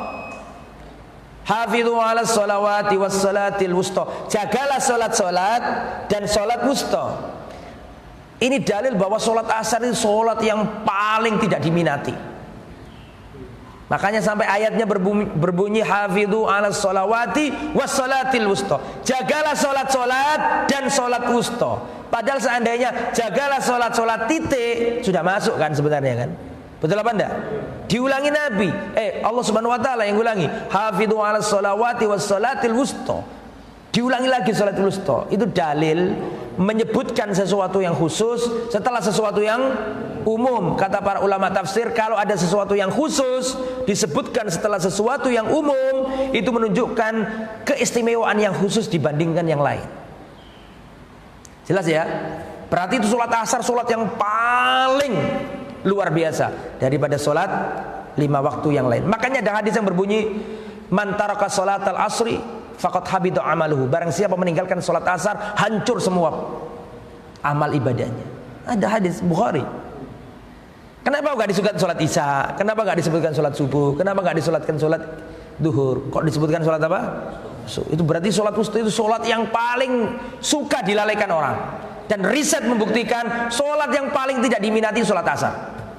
Hafizu ala sholawati was salatil wusta. Jagalah solat-solat dan solat wusta. Ini dalil bahwa solat asar itu solat yang paling tidak diminati. Makanya sampai ayatnya berbunyi, berbunyi hafidhu ala sholawati was salatil wusta. Jagalah solat-solat dan solat wusta. Padahal seandainya jagalah solat-solat titik, sudah masuk kan sebenarnya kan? Betul apa enggak? Diulangi Nabi. Eh Allah Subhanahu wa taala yang ulangi. Hafidhu ala sholawati was salatil wusta. Diulangi lagi salatul wusta. Itu dalil menyebutkan sesuatu yang khusus setelah sesuatu yang umum. Kata para ulama tafsir, kalau ada sesuatu yang khusus disebutkan setelah sesuatu yang umum, itu menunjukkan keistimewaan yang khusus dibandingkan yang lain. Jelas ya? Berarti itu sholat asar sholat yang paling luar biasa daripada sholat lima waktu yang lain. Makanya ada hadis yang berbunyi, man taraka sholatal asri faqad habita amaluhu. Barang siapa meninggalkan sholat asar, hancur semua amal ibadahnya. Ada hadis Bukhari. Kenapa enggak disebutkan sholat isya? Kenapa enggak disebutkan sholat subuh? Kenapa enggak disebutkan sholat duhur? Kok disebutkan sholat apa? Itu berarti sholat wusta itu sholat yang paling suka dilalaikan orang. Dan riset membuktikan sholat yang paling tidak diminati sholat asar.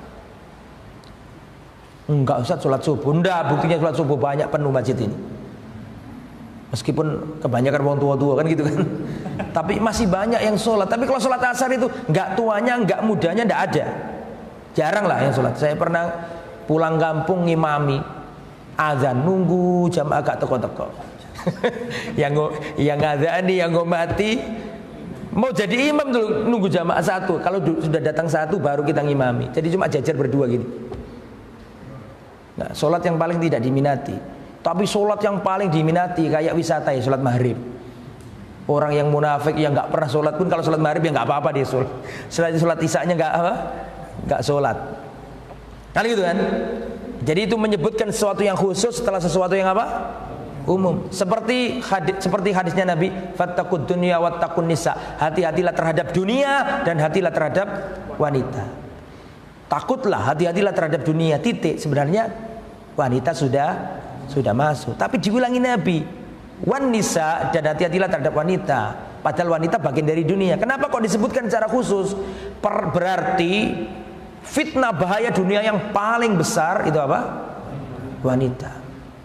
Enggak usah sholat subuh. Enggak, buktinya sholat subuh banyak penuh masjid ini. Meskipun kebanyakan orang tua-tua kan gitu kan. Tapi masih banyak yang sholat. Tapi kalau sholat asar itu enggak tuanya, enggak mudanya, enggak ada. Jarang lah yang sholat. Saya pernah pulang kampung ngimami, azan nunggu jam agak teko-teko. yang yang azan nih, yang ngomati mau jadi imam dulu nunggu jamaah satu. Kalau sudah datang satu baru kita ngimami. Jadi cuma jajar berdua gini. Nah, sholat yang paling tidak diminati. Tapi sholat yang paling diminati kayak wisata ya, sholat maghrib. Orang yang munafik yang nggak pernah sholat pun kalau sholat maghrib ya nggak apa-apa dia sholat. Selain sholat isya-nya nggak apa, nggak sholat. Kali gitu kan? Jadi itu menyebutkan sesuatu yang khusus setelah sesuatu yang apa? Umum. Seperti hadis, seperti hadisnya Nabi, fattaqud dunya wattaqun nisa. Hati-hatilah terhadap dunia dan hatilah terhadap wanita. Takutlah, hati-hatilah terhadap dunia. Titik. Sebenarnya wanita sudah sudah masuk. Tapi diulangi Nabi, wan nisa, dan hati-hatilah terhadap wanita. Padahal wanita bagian dari dunia. Kenapa kok disebutkan secara khusus? Per, berarti fitnah bahaya dunia yang paling besar itu apa? Wanita.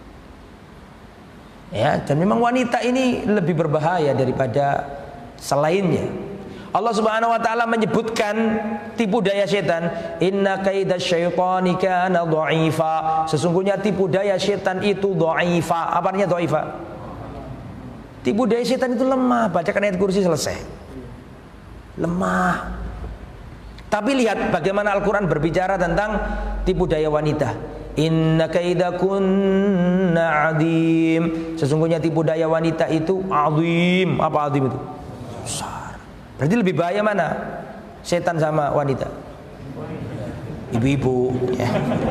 Ya, dan memang wanita ini lebih berbahaya daripada selainnya. Allah Subhanahu wa taala menyebutkan tipu daya setan, inna kaidasyaitani kana dha'ifa. Sesungguhnya tipu daya setan itu dha'ifa. Apa artinya dha'ifa? Tipu daya setan itu lemah. Bacakan ayat kursi selesai. Lemah. Tapi lihat bagaimana Al-Quran berbicara tentang tipu daya wanita. Inna kaidakunna adim. Sesungguhnya tipu daya wanita itu azim. Apa azim itu? Besar. Berarti lebih bahaya mana? Setan sama wanita? Ibu-ibu ya.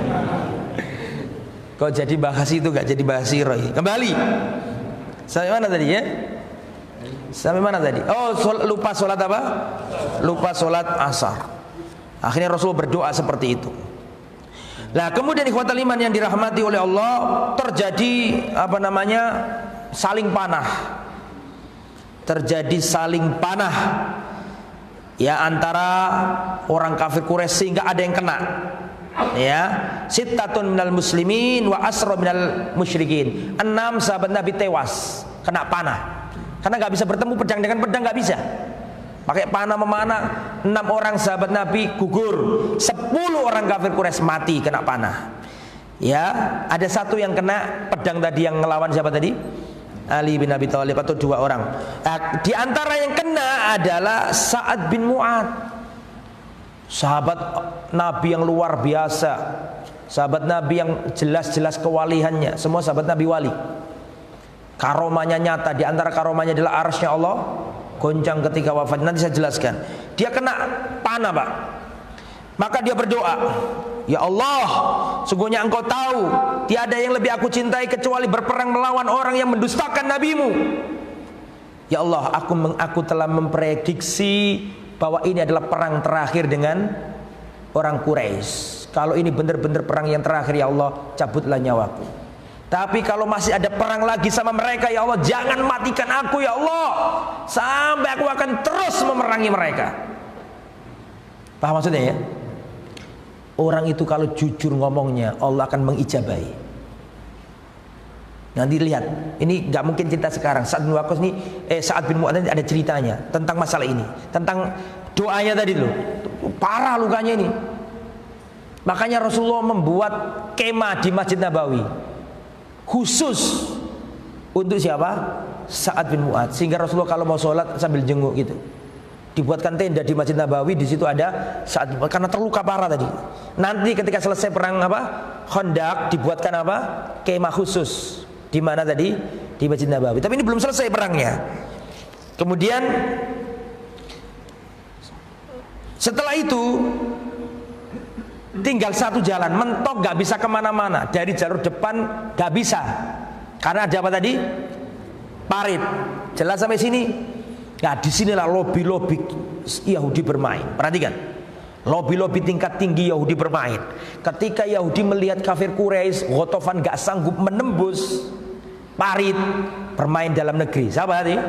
Kok jadi bahas itu gak jadi bahas sirah? Kembali. Sampai mana tadi ya? Sampai mana tadi? Oh, lupa sholat apa? Lupa sholat asar. Akhirnya Rasul berdoa seperti itu. Nah, kemudian ikhwatal iman yang dirahmati oleh Allah, terjadi apa namanya? Saling panah. Terjadi saling panah ya antara orang kafir Quraisy sehingga ada yang kena. Ya, sittatun minal muslimin wa asra minal musyrikin. Enam sahabat Nabi tewas kena panah. Karena nggak bisa bertemu pedang dengan pedang, nggak bisa. Pakai panah memanah, enam orang sahabat Nabi gugur, sepuluh orang kafir Quraisy mati kena panah. Ya, ada satu yang kena pedang tadi yang ngelawan siapa tadi? Ali bin Abi Thalib, atau dua orang. Nah, di antara yang kena adalah Sa'ad bin Mu'ad, sahabat Nabi yang luar biasa, sahabat Nabi yang jelas-jelas kewalihannya. Semua sahabat Nabi wali, karomanya nyata. Di antara karomanya adalah arsy-Nya Allah goncang ketika wafat. Nanti saya jelaskan. Dia kena panah, Pak. Maka dia berdoa, ya Allah, sungguhnya Engkau tahu tiada yang lebih aku cintai kecuali berperang melawan orang yang mendustakan nabimu. Ya Allah, aku aku telah memprediksi bahwa ini adalah perang terakhir dengan orang Quraisy. Kalau ini benar-benar perang yang terakhir, ya Allah, cabutlah nyawaku. Tapi kalau masih ada perang lagi sama mereka, ya Allah, jangan matikan aku, ya Allah, sampai aku akan terus memerangi mereka. Paham maksudnya ya? Orang itu kalau jujur ngomongnya, Allah akan mengijabahi. Nanti lihat, ini nggak mungkin cerita sekarang. Sa'ad bin Waqqas ini, eh Sa'ad bin Mu'adz ada ceritanya tentang masalah ini, tentang doanya tadi loh. Parah lukanya ini. Makanya Rasulullah membuat kemah di Masjid Nabawi khusus untuk siapa? Sa'ad bin Mu'adz. Sehingga Rasulullah kalau mau sholat sambil jenguk gitu. Dibuatkan tenda di Masjid Nabawi, di situ ada Sa'ad, karena terluka parah tadi. Nanti ketika selesai perang apa? Khandaq, dibuatkan apa? Kemah khusus. Di mana tadi? Di Masjid Nabawi. Tapi ini belum selesai perangnya. Kemudian setelah itu tinggal satu jalan, mentok, gak bisa kemana-mana. Dari jalur depan gak bisa, karena ada apa tadi? Parit. Jelas sampai sini? Nah, disinilah lobi-lobi Yahudi bermain. Perhatikan, lobi-lobi tingkat tinggi Yahudi bermain. Ketika Yahudi melihat kafir Quraisy, Ghatafan gak sanggup menembus parit, bermain dalam negeri. Siapa tadi?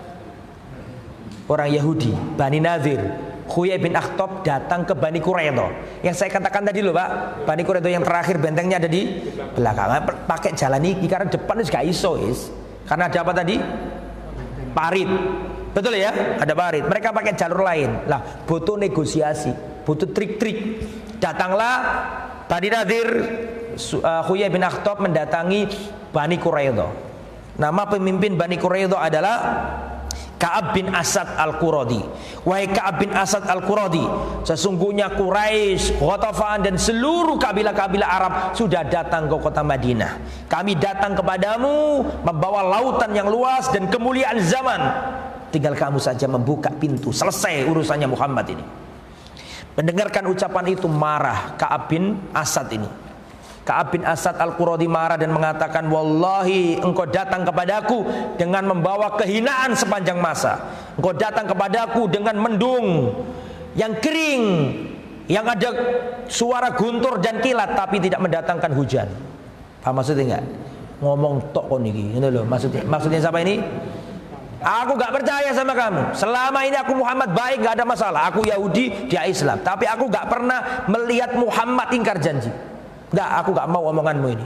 Orang Yahudi, Bani Nadir. Huyai bin Akhtab datang ke Bani Quraidah. Yang saya katakan tadi loh, Pak, Bani Quraidah yang terakhir bentengnya ada di belakang. Pakai jalan ini karena depan itu gak iso, is. Karena ada apa tadi? Parit. Betul ya? Ada parit. Mereka pakai jalur lain. Lah, butuh negosiasi, butuh trik-trik. Datanglah Bani Nadir, uh, Huyai bin Akhtab mendatangi Bani Quraidah. Nama pemimpin Bani Quraidah adalah Ka'ab bin Asad Al-Quradi. Wahai Ka'ab bin Asad Al-Quradi, sesungguhnya Quraisy, Ghatafan dan seluruh kabilah-kabilah Arab sudah datang ke kota Madinah. Kami datang kepadamu membawa lautan yang luas dan kemuliaan zaman. Tinggal kamu saja membuka pintu, selesai urusannya Muhammad ini. Mendengarkan ucapan itu marah Ka'ab bin Asad ini. Ka'ab bin Asad Al-Quradi marah dan mengatakan, wallahi engkau datang kepadaku dengan membawa kehinaan sepanjang masa. Engkau datang kepadaku dengan mendung yang kering, yang ada suara guntur dan kilat, tapi tidak mendatangkan hujan. Paham maksudnya enggak? Ngomong tok kon iki, ngono lho maksudnya. Maksudnya siapa ini? Aku gak percaya sama kamu. Selama ini aku Muhammad baik, gak ada masalah. Aku Yahudi, dia Islam. Tapi aku gak pernah melihat Muhammad ingkar janji. Gak, aku gak mau omonganmu ini.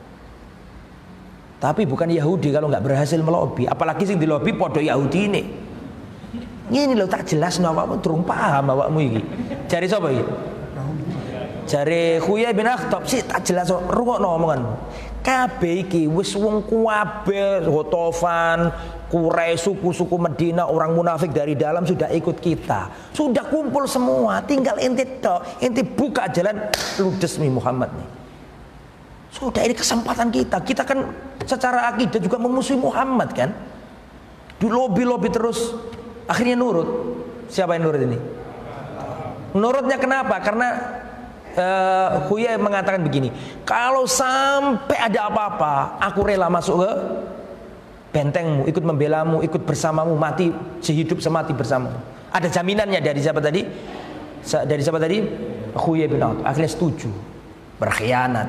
Tapi bukan Yahudi kalau gak berhasil melobi. Apalagi sing di lobi podo Yahudi ini. Ini loh tak jelas no, awakmu durung paham awakmu iki. Jari sapa iki? Jari Huyai bin Akhtab sih tak jelas rungokno omonganmu. Kabeh iki wis wong kabeh Ghatafan, Quraisy, suku-suku Madinah, orang munafik dari dalam sudah ikut kita. Sudah kumpul semua, tinggal inti tok, inti buka jalan ludes nih Muhammad nih. Sudah, ini kesempatan kita. Kita kan secara akidah juga memusuhi Muhammad kan. Di lobi-lobi terus, akhirnya nurut. Siapa yang nurut ini? Nurutnya kenapa? Karena Uh, Huyai mengatakan begini, kalau sampai ada apa-apa, aku rela masuk ke bentengmu, ikut membelamu, ikut bersamamu, mati sehidup semati bersamamu. Ada jaminannya dari siapa tadi? Dari siapa tadi? Huyai bin Akhtab. Akhirnya setuju. Berkhianat.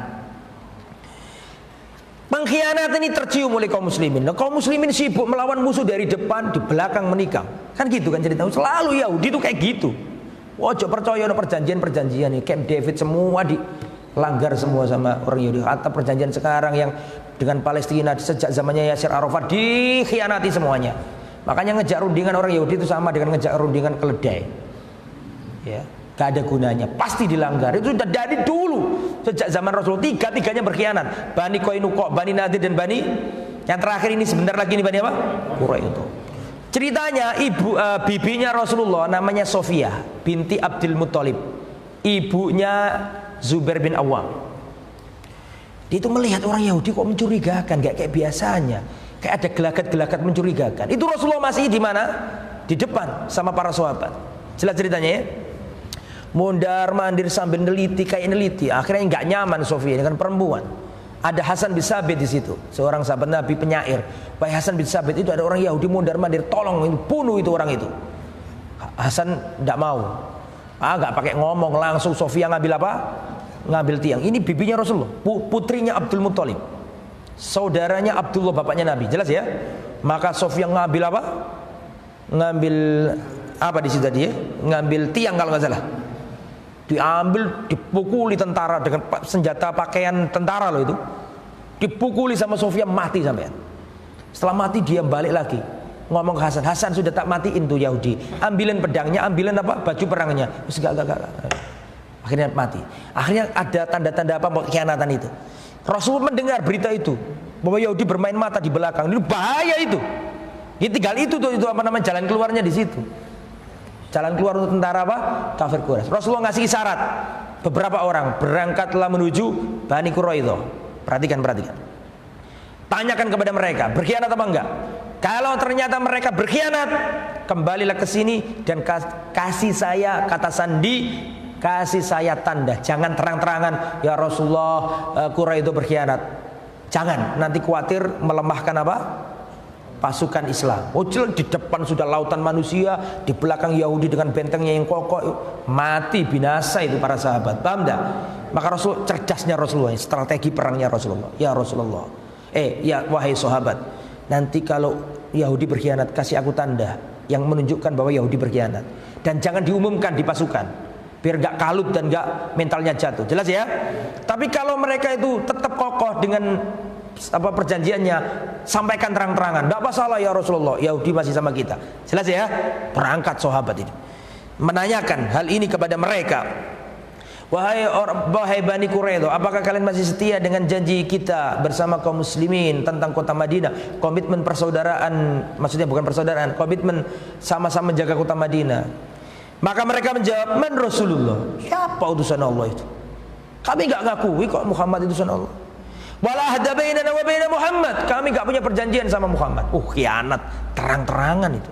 Pengkhianat ini tercium oleh kaum muslimin. Nah, kaum muslimin sibuk melawan musuh dari depan, di belakang menikam. Kan gitu kan cerita. Selalu Yahudi itu kayak gitu. Ojo percaya no perjanjian-perjanjian nih, Camp David semua dilanggar semua sama orang Yahudi. Atau perjanjian sekarang yang dengan Palestina sejak zamannya Yasir Arafat dikhianati semuanya. Makanya ngejak rundingan orang Yahudi itu sama dengan ngejak rundingan keledai. Ya, gak ada gunanya, pasti dilanggar. Itu sudah dari dulu, sejak zaman Rasulullah. Tiga-tiganya berkhianat. Bani Qainuqa, Bani Nadir dan Bani, yang terakhir ini sebentar lagi ini Bani apa? Quraidah. Ceritanya ibu uh, bibinya Rasulullah namanya Sofia binti Abdul Muthalib. Ibunya Zubair bin Awam. Dia itu melihat orang Yahudi kok mencurigakan, gak kayak biasanya. Kayak ada gelagat-gelagat mencurigakan. Itu Rasulullah masih di mana? Di depan sama para sahabat. Jelas ceritanya ya. Mondar mandir sambil neliti kayak neliti. Akhirnya nggak nyaman Sofia dengan perempuan. Ada Hasan bin Sabit di situ, seorang sahabat Nabi penyair. Wahai Hasan bin Sabit, itu ada orang Yahudi mondar mandir, tolong bunuh itu orang itu. Hasan nggak mau. Ah, nggak pakai ngomong, langsung Sofia ngambil apa? Ngambil tiang. Ini bibinya Rasulullah, putrinya Abdul Muthalib. Saudaranya Abdullah bapaknya Nabi, jelas ya. Maka Sofia ngambil apa? Ngambil apa di situ tadi ya? Ngambil tiang kalau nggak salah. Diambil, dipukuli tentara dengan senjata pakaian tentara loh itu. Dipukuli sama Sofia, mati sampean. Setelah mati dia balik lagi, ngomong ke Hasan, Hasan sudah tak matiin tuh Yahudi. Ambilin pedangnya, ambilin apa? Baju perangnya. Terus gak, gak, gak. Akhirnya mati. Akhirnya ada tanda-tanda apa pengkhianatan itu. Rasul mendengar berita itu bahwa Yahudi bermain mata di belakang. Itu bahaya itu. Ya, tinggal itu tuh, itu apa namanya jalan keluarnya di situ. Jalan keluar untuk tentara apa? Kafir Quraisy. Rasulullah ngasih syarat. Beberapa orang berangkatlah menuju Bani Quraidah. Perhatikan, perhatikan. Tanyakan kepada mereka, berkhianat apa enggak? Kalau ternyata mereka berkhianat, kembalilah ke sini dan kasih saya kata sandi, kasih saya tanda. Jangan terang-terangan ya Rasulullah uh, Quraidah berkhianat. Jangan, nanti khawatir melemahkan apa? Pasukan Islam. Oh jelas di depan sudah lautan manusia, di belakang Yahudi dengan bentengnya yang kokoh, mati binasa itu para sahabat. Paham tak? Maka Rasul, cerdasnya Rasulullah, strategi perangnya Rasulullah. Ya Rasulullah, eh ya wahai sahabat, nanti kalau Yahudi berkhianat kasih aku tanda yang menunjukkan bahwa Yahudi berkhianat, dan jangan diumumkan di pasukan biar gak kalut dan gak mentalnya jatuh. Jelas ya? Tapi kalau mereka itu tetap kokoh dengan apa perjanjiannya, sampaikan terang-terangan, tidak masalah ya Rasulullah, Yahudi masih sama kita. Jelas ya? Berangkat sahabat itu menanyakan hal ini kepada mereka. Wahai orang, wahai Bani Quraidah, apakah kalian masih setia dengan janji kita bersama kaum muslimin tentang kota Madinah? Komitmen persaudaraan, maksudnya bukan persaudaraan, komitmen sama-sama menjaga kota Madinah. Maka mereka menjawab, man Rasulullah, siapa utusan Allah itu? Kami nggak ngakui kok Muhammad utusan Allah. Wala ahda bainana wa baina Muhammad, kami enggak punya perjanjian sama Muhammad. Uh, khianat terang-terangan itu.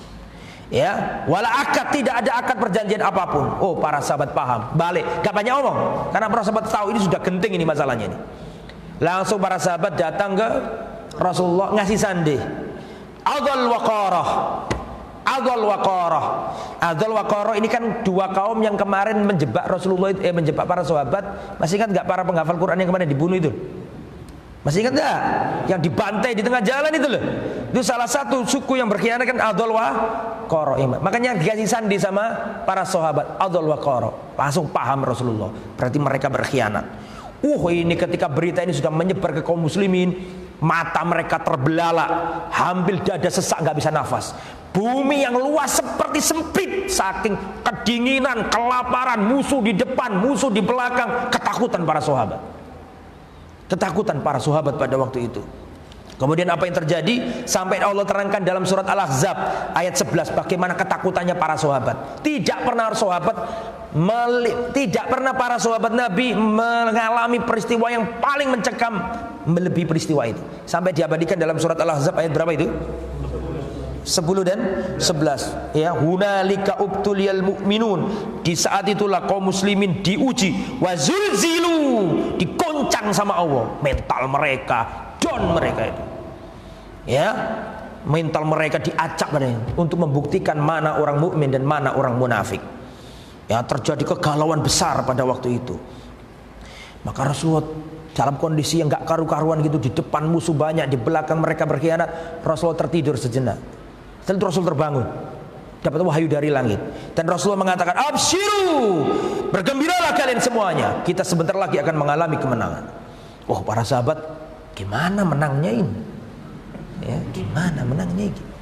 Ya, wala akad, tidak ada akad perjanjian apapun. Oh, para sahabat paham, balik, enggak banyak omong. Karena para sahabat tahu ini sudah genting ini masalahnya ini. Langsung para sahabat datang ke Rasulullah ngasih sandi. Adzal waqarah. Adzal waqarah. Adzal waqarah ini kan dua kaum yang kemarin menjebak Rasulullah, eh menjebak para sahabat. Masih ingat enggak para penghafal Quran yang kemarin dibunuh itu? Masih ingat enggak? Yang dibantai di tengah jalan itu loh. Itu salah satu suku yang berkhianat kan Adzal waqarah. Makanya dikasih sandi sama para sahabat Adzal waqarah. Langsung paham Rasulullah, berarti mereka berkhianat. Uh, ini ketika berita ini sudah menyebar ke kaum muslimin, mata mereka terbelalak, hampir dada sesak, nggak bisa nafas. Bumi yang luas seperti sempit, saking kedinginan, kelaparan, musuh di depan, musuh di belakang, ketakutan para sahabat. Ketakutan para sahabat pada waktu itu. Kemudian apa yang terjadi? Sampai Allah terangkan dalam surat Al-Ahzab ayat sebelas bagaimana ketakutannya para sahabat. Tidak pernah sahabat tidak pernah para sahabat Nabi mengalami peristiwa yang paling mencekam melebihi peristiwa itu. Sampai diabadikan dalam surat Al-Ahzab ayat berapa itu? sepuluh dan sebelas. Ya, hunalika ubtuliyal mu'minun. Di saat itulah kaum muslimin diuji, wazulzilu, digoncang sama Allah mental mereka, down mereka itu. Ya, mental mereka diacak untuk membuktikan mana orang mukmin dan mana orang munafik. Ya, terjadi kegalauan besar pada waktu itu. Maka Rasulullah dalam kondisi yang gak karu-karuan gitu, di depan musuh banyak, di belakang mereka berkhianat, Rasulullah tertidur sejenak. Setelah Rasul terbangun, dapat wahyu dari langit, dan Rasulullah mengatakan, absyiru, bergembiralah kalian semuanya, kita sebentar lagi akan mengalami kemenangan. Oh, para sahabat, gimana menangnya ini? Ya, gimana menangnya ini?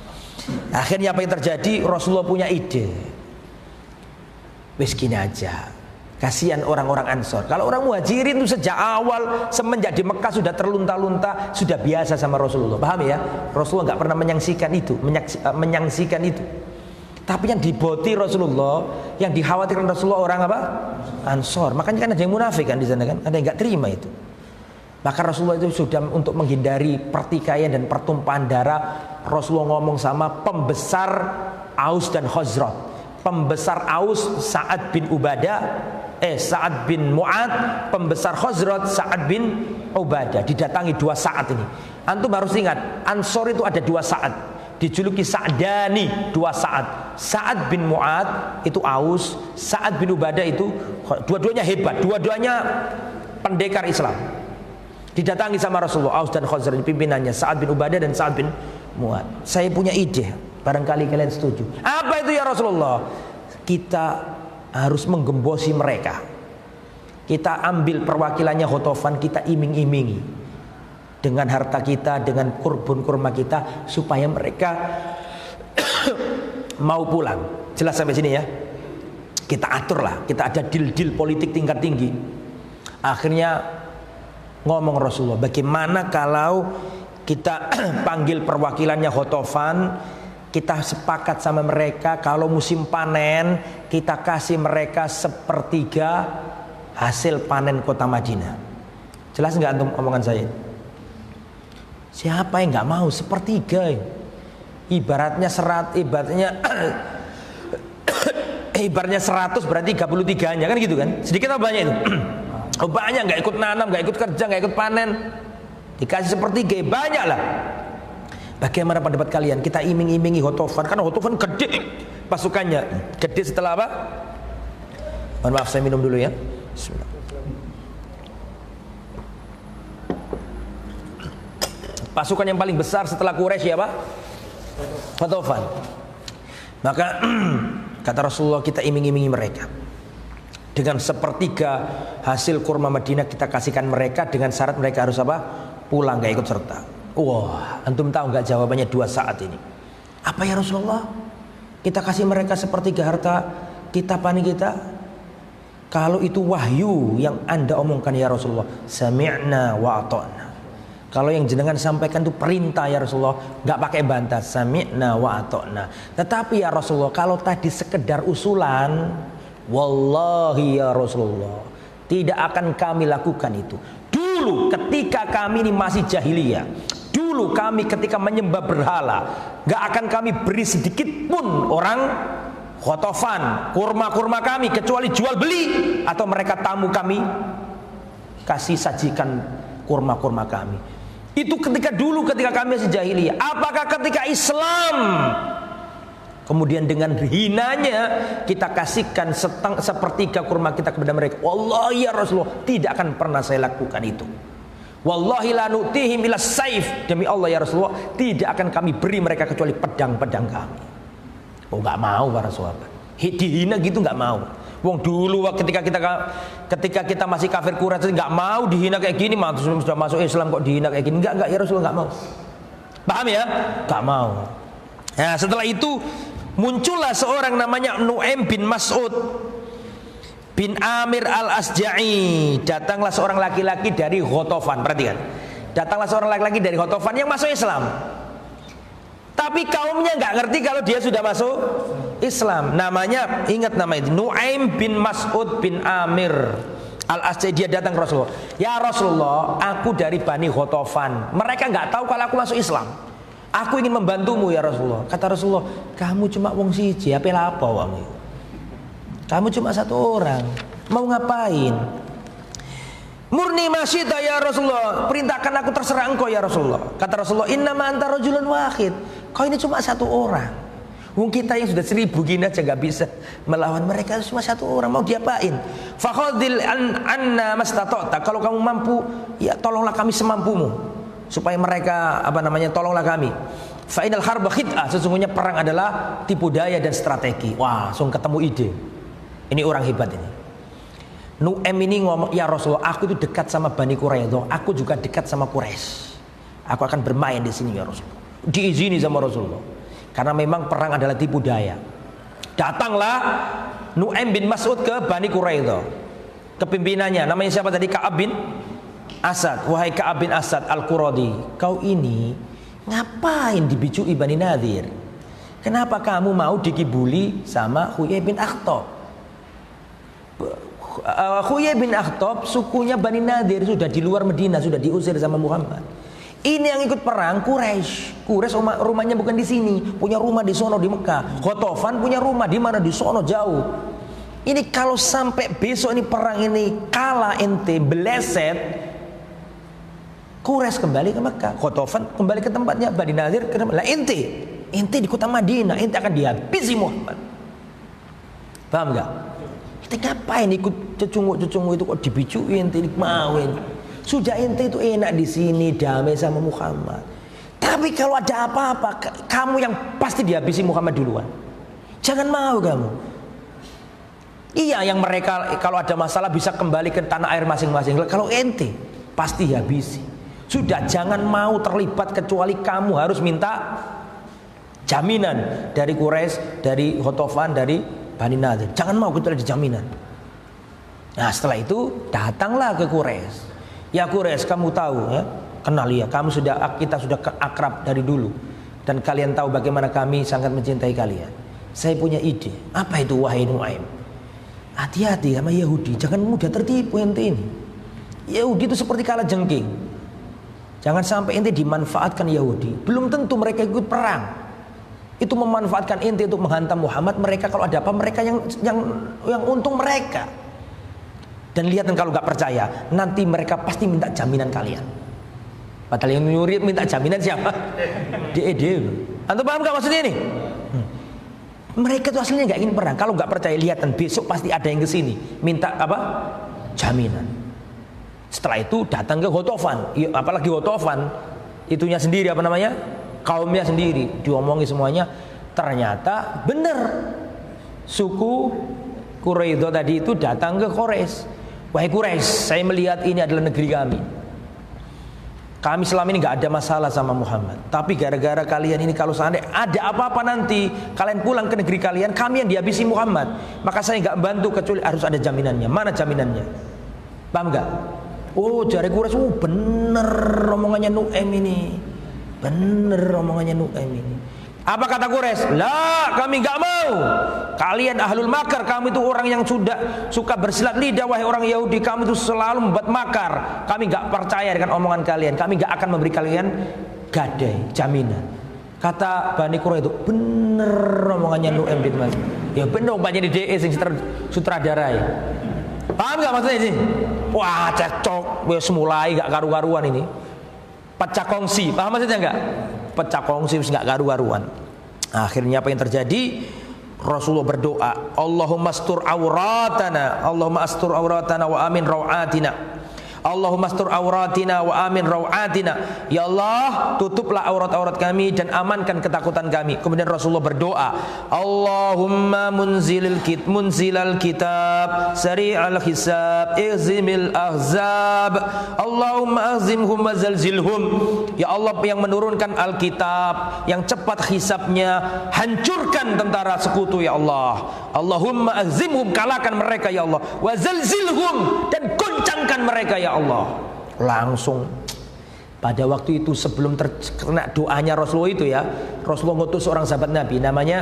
Akhirnya apa yang terjadi? Rasulullah punya ide. Wis gini aja. Kasihan orang-orang Ansor. Kalau orang Muhajirin itu sejak awal semenjak di Mekah sudah terlunta-lunta, sudah biasa sama Rasulullah. Paham ya? Rasulullah nggak pernah menyangsikan itu, menyaksi, uh, menyangsikan itu. Tapi yang diboti Rasulullah, yang dikhawatirkan Rasulullah orang apa? Ansor. Makanya kan ada yang munafik kan di sana kan, ada yang nggak terima itu. Maka Rasulullah itu sudah untuk menghindari pertikaian dan pertumpahan darah, Rasulullah ngomong sama pembesar Aus dan Khazraj. Pembesar Aus Sa'ad bin Ubadah, eh Sa'ad bin Mu'ad, pembesar Khazraj Sa'ad bin Ubadah. Didatangi dua Sa'ad ini. Antum harus ingat, Ansor itu ada dua Sa'ad. Dijuluki Sa'dani, dua Sa'ad. Sa'ad bin Mu'ad itu Aus, Sa'ad bin Ubadah itu dua-duanya hebat, dua-duanya pendekar Islam. Didatangi sama Rasulullah, Aus dan Khazraj pimpinannya Sa'ad bin Ubadah dan Sa'ad bin Mu'ad. Saya punya ide, barangkali kalian setuju. Apa itu ya Rasulullah? Kita harus menggembosi mereka. Kita ambil perwakilannya Ghatafan, kita iming-imingi dengan harta kita, dengan kurban kurma kita, supaya mereka mau pulang. Jelas sampai sini ya? Kita aturlah, kita ada deal-deal politik tingkat tinggi. Akhirnya ngomong Rasulullah, bagaimana kalau kita panggil perwakilannya Ghatafan, kita sepakat sama mereka kalau musim panen kita kasih mereka sepertiga hasil panen kota Madinah. Jelas nggak antum omongan saya? Siapa yang nggak mau sepertiga? Ibaratnya serat, ibaratnya ibaratnya seratus berarti tiga puluh tiganya kan gitu kan? Sedikit atau banyak itu? Oh banyak, nggak ikut nanam, nggak ikut kerja, nggak ikut panen, dikasih sepertiga, banyak lah. Bagaimana pendapat kalian? Kita iming-imingi Ghatafan, karena Ghatafan gede pasukannya, gede setelah apa? Mohon maaf saya minum dulu ya. Bismillah. Pasukan yang paling besar setelah Quraisy ya Pak? Ghatafan. Maka kata Rasulullah, kita iming-imingi mereka dengan sepertiga hasil kurma Madinah, kita kasihkan mereka dengan syarat mereka harus apa? Pulang, gak ikut serta. Wah, antum tahu nggak jawabannya dua Saat ini? Apa ya Rasulullah? Kita kasih mereka sepertiga harta kita, panen kita. Kalau itu wahyu yang anda omongkan ya Rasulullah, sami'na wa ata'na. Kalau yang jenengan sampaikan itu perintah ya Rasulullah, nggak pakai bantah, sami'na wa ata'na. Tetapi ya Rasulullah, kalau tadi sekedar usulan, wallahi ya Rasulullah, tidak akan kami lakukan itu. Dulu ketika kami ini masih jahiliyah, dulu kami ketika menyembah berhala, gak akan kami beri sedikit pun orang Ghatafan kurma-kurma kami, kecuali jual beli atau mereka tamu kami kasih sajikan kurma-kurma kami. Itu ketika dulu ketika kami masih jahiliyah. Apakah ketika Islam kemudian dengan hinanya kita kasihkan seteng, sepertiga kurma kita kepada mereka? Wallahi ya Rasulullah, tidak akan pernah saya lakukan itu. Wallahi la nu'tihim ila saif, demi Allah ya Rasulullah, tidak akan kami beri mereka kecuali pedang-pedang kami. Oh nggak mau para sahabat, dihina gitu nggak mau. Wong dulu ketika kita ketika kita masih kafir Quraisy nggak mau dihina kayak gini, sudah masuk Islam kok dihina kayak gini? Nggak nggak ya Rasulullah, nggak mau. Paham ya? Nggak mau. Nah setelah itu muncullah seorang namanya Nu'aim bin Mas'ud bin Amir al-Asja'i. Datanglah seorang laki-laki dari Ghatafan. Perhatikan, datanglah seorang laki-laki dari Ghatafan yang masuk Islam. Tapi kaumnya nggak ngerti kalau dia sudah masuk Islam. Namanya, ingat nama itu, Nu'aim bin Mas'ud bin Amir al-Asja'i. Dia datang ke Rasulullah, ya Rasulullah, aku dari Bani Ghatafan. Mereka nggak tahu kalau aku masuk Islam. Aku ingin membantumu ya Rasulullah. Kata Rasulullah, kamu cuma wong siji, apa apa kamu? Kamu cuma satu orang, mau ngapain? Murni masyita ya Rasulullah, perintahkan aku, terserah engkau ya Rasulullah. Kata Rasulullah, innama anta rajulun wahid. Kau ini cuma satu orang. Wong kita yang sudah seribu gini aja gak bisa melawan mereka, cuma satu orang, mau diapain? Fakhadil an anna mastata'ta. Kalau kamu mampu, ya tolonglah kami semampumu, supaya mereka apa namanya tolonglah kami. Fa inal harba khid'ah, sesungguhnya perang adalah tipu daya dan strategi. Wah, langsung ketemu ide. Ini orang hebat ini. Nu'aim ini ngomong, ya Rasulullah, aku itu dekat sama Bani Quraidah, aku juga dekat sama Quraisy. Aku akan bermain di sini ya Rasulullah. Diizini sama Rasulullah. Karena memang perang adalah tipu daya. Datanglah Nu'aim bin Mas'ud ke Bani Quraidah. Kepimpinannya namanya siapa tadi? Ka'ab bin Asad. Wahai Ka'ab bin Asad Al-Quradi, kau ini ngapain dibicui Bani Nadir? Kenapa kamu mau dikibuli sama Huyai bin Akhtab? Uh, Huyai bin Akhtab sukunya Bani Nadir, sudah di luar Medina, sudah diusir sama Muhammad. Ini yang ikut perang Quraisy. Quraisy rumah, rumahnya bukan di sini, punya rumah di sono di Mekah. Ghatafan punya rumah di mana? Di sono jauh. Ini kalau sampai besok ini perang ini kalah ente beleset, Quraisy kembali ke Mekah, Ghatafan kembali ke tempatnya, Bani Nadir ke tempat. Lah ente, ente di kota Madinah, ente akan dihabisi Muhammad. Paham enggak? Ente ngapain ikut cecungu-cecungu itu kok dibicui ente mauin? Sudah ente itu enak di sini damai sama Muhammad. Tapi kalau ada apa-apa, kamu yang pasti dihabisi Muhammad duluan. Jangan mau kamu. Iya, yang mereka kalau ada masalah bisa kembali ke tanah air masing-masing. Kalau ente pasti habisi. Sudah jangan mau terlibat kecuali kamu harus minta jaminan dari Quraisy, dari Ghatafan, dari Bani Nadir. Jangan mau kecuali ada jaminan. Nah, setelah itu datanglah ke Quraisy. Ya Quraisy, kamu tahu ya, kenal ya, kamu sudah kita sudah akrab dari dulu dan kalian tahu bagaimana kami sangat mencintai kalian. Saya punya ide. Apa itu wahai Nu'aim? Hati-hati sama Yahudi, jangan mudah tertipu ente ini. Yahudi itu seperti kalajengking. Jangan sampai ente dimanfaatkan Yahudi. Belum tentu mereka ikut perang. Itu memanfaatkan ente untuk menghantam Muhammad. Mereka kalau ada apa mereka yang yang yang untung mereka. Dan lihat kalau nggak percaya, nanti mereka pasti minta jaminan kalian. Padahal yang nyuri minta jaminan siapa? D E D. Antum paham nggak maksudnya ini? Hmm. Mereka tuh aslinya nggak ingin perang. Kalau nggak percaya, lihat dan besok pasti ada yang kesini minta apa? Jaminan. Setelah itu datang ke Ghatafan. Ya, apalagi Ghatafan, itunya sendiri apa namanya? Kaumnya sendiri. Diomongi semuanya. Ternyata benar. Suku Quraidah tadi itu datang ke Quraisy. Wahai Quraisy, saya melihat ini adalah negeri kami. Kami selama ini nggak ada masalah sama Muhammad. Tapi gara-gara kalian ini kalau seandainya ada apa-apa nanti kalian pulang ke negeri kalian, kami yang dihabisi Muhammad. Maka saya nggak bantu kecuali harus ada jaminannya. Mana jaminannya? Paham nggak? Oh, jari Quraisy, oh bener omongannya Nu'aim ini. Bener omongannya Nu'aim ini. Apa kata Quraisy? Lah, kami nggak mau. Kalian ahlul makar, kamu itu orang yang sudah suka bersilat lidah. Wahai orang Yahudi, kamu itu selalu membuat makar. Kami nggak percaya dengan omongan kalian. Kami nggak akan memberi kalian gadai, jaminan. Kata Bani Quraisy itu bener omongannya Nu'aim bin Mas'ud. Ya bener banyak di D E sing sutradara ya. Paham nggak maksudnya sih? Wah, cekcok, wes mulai nggak karu-karuan ini. Pecah kongsi, paham maksudnya nggak? Pecah kongsi nggak karu-karuan. Akhirnya apa yang terjadi? Rasulullah berdoa, Allahumma astur auratana, Allahumma astur auratana wa amin rawatina. Allahumma astur auratina wa amin rawatina. Ya Allah, tutuplah aurat-aurat kami dan amankan ketakutan kami. Kemudian Rasulullah berdoa, Allahumma munzilil kit munzilal kitab sari'al hisab ihzimil ahzab. Allahumma ahzimhum wa zalzilhum. Ya Allah yang menurunkan Alkitab, yang cepat hisabnya, hancurkan tentara sekutu ya Allah. Allahumma ahzimhum, kalahkan mereka ya Allah. Wa zalzilhum, dan goncangkan mereka ya Allah. Langsung pada waktu itu sebelum terkena doanya Rasulullah itu ya, Rasulullah ngutus seorang sahabat Nabi namanya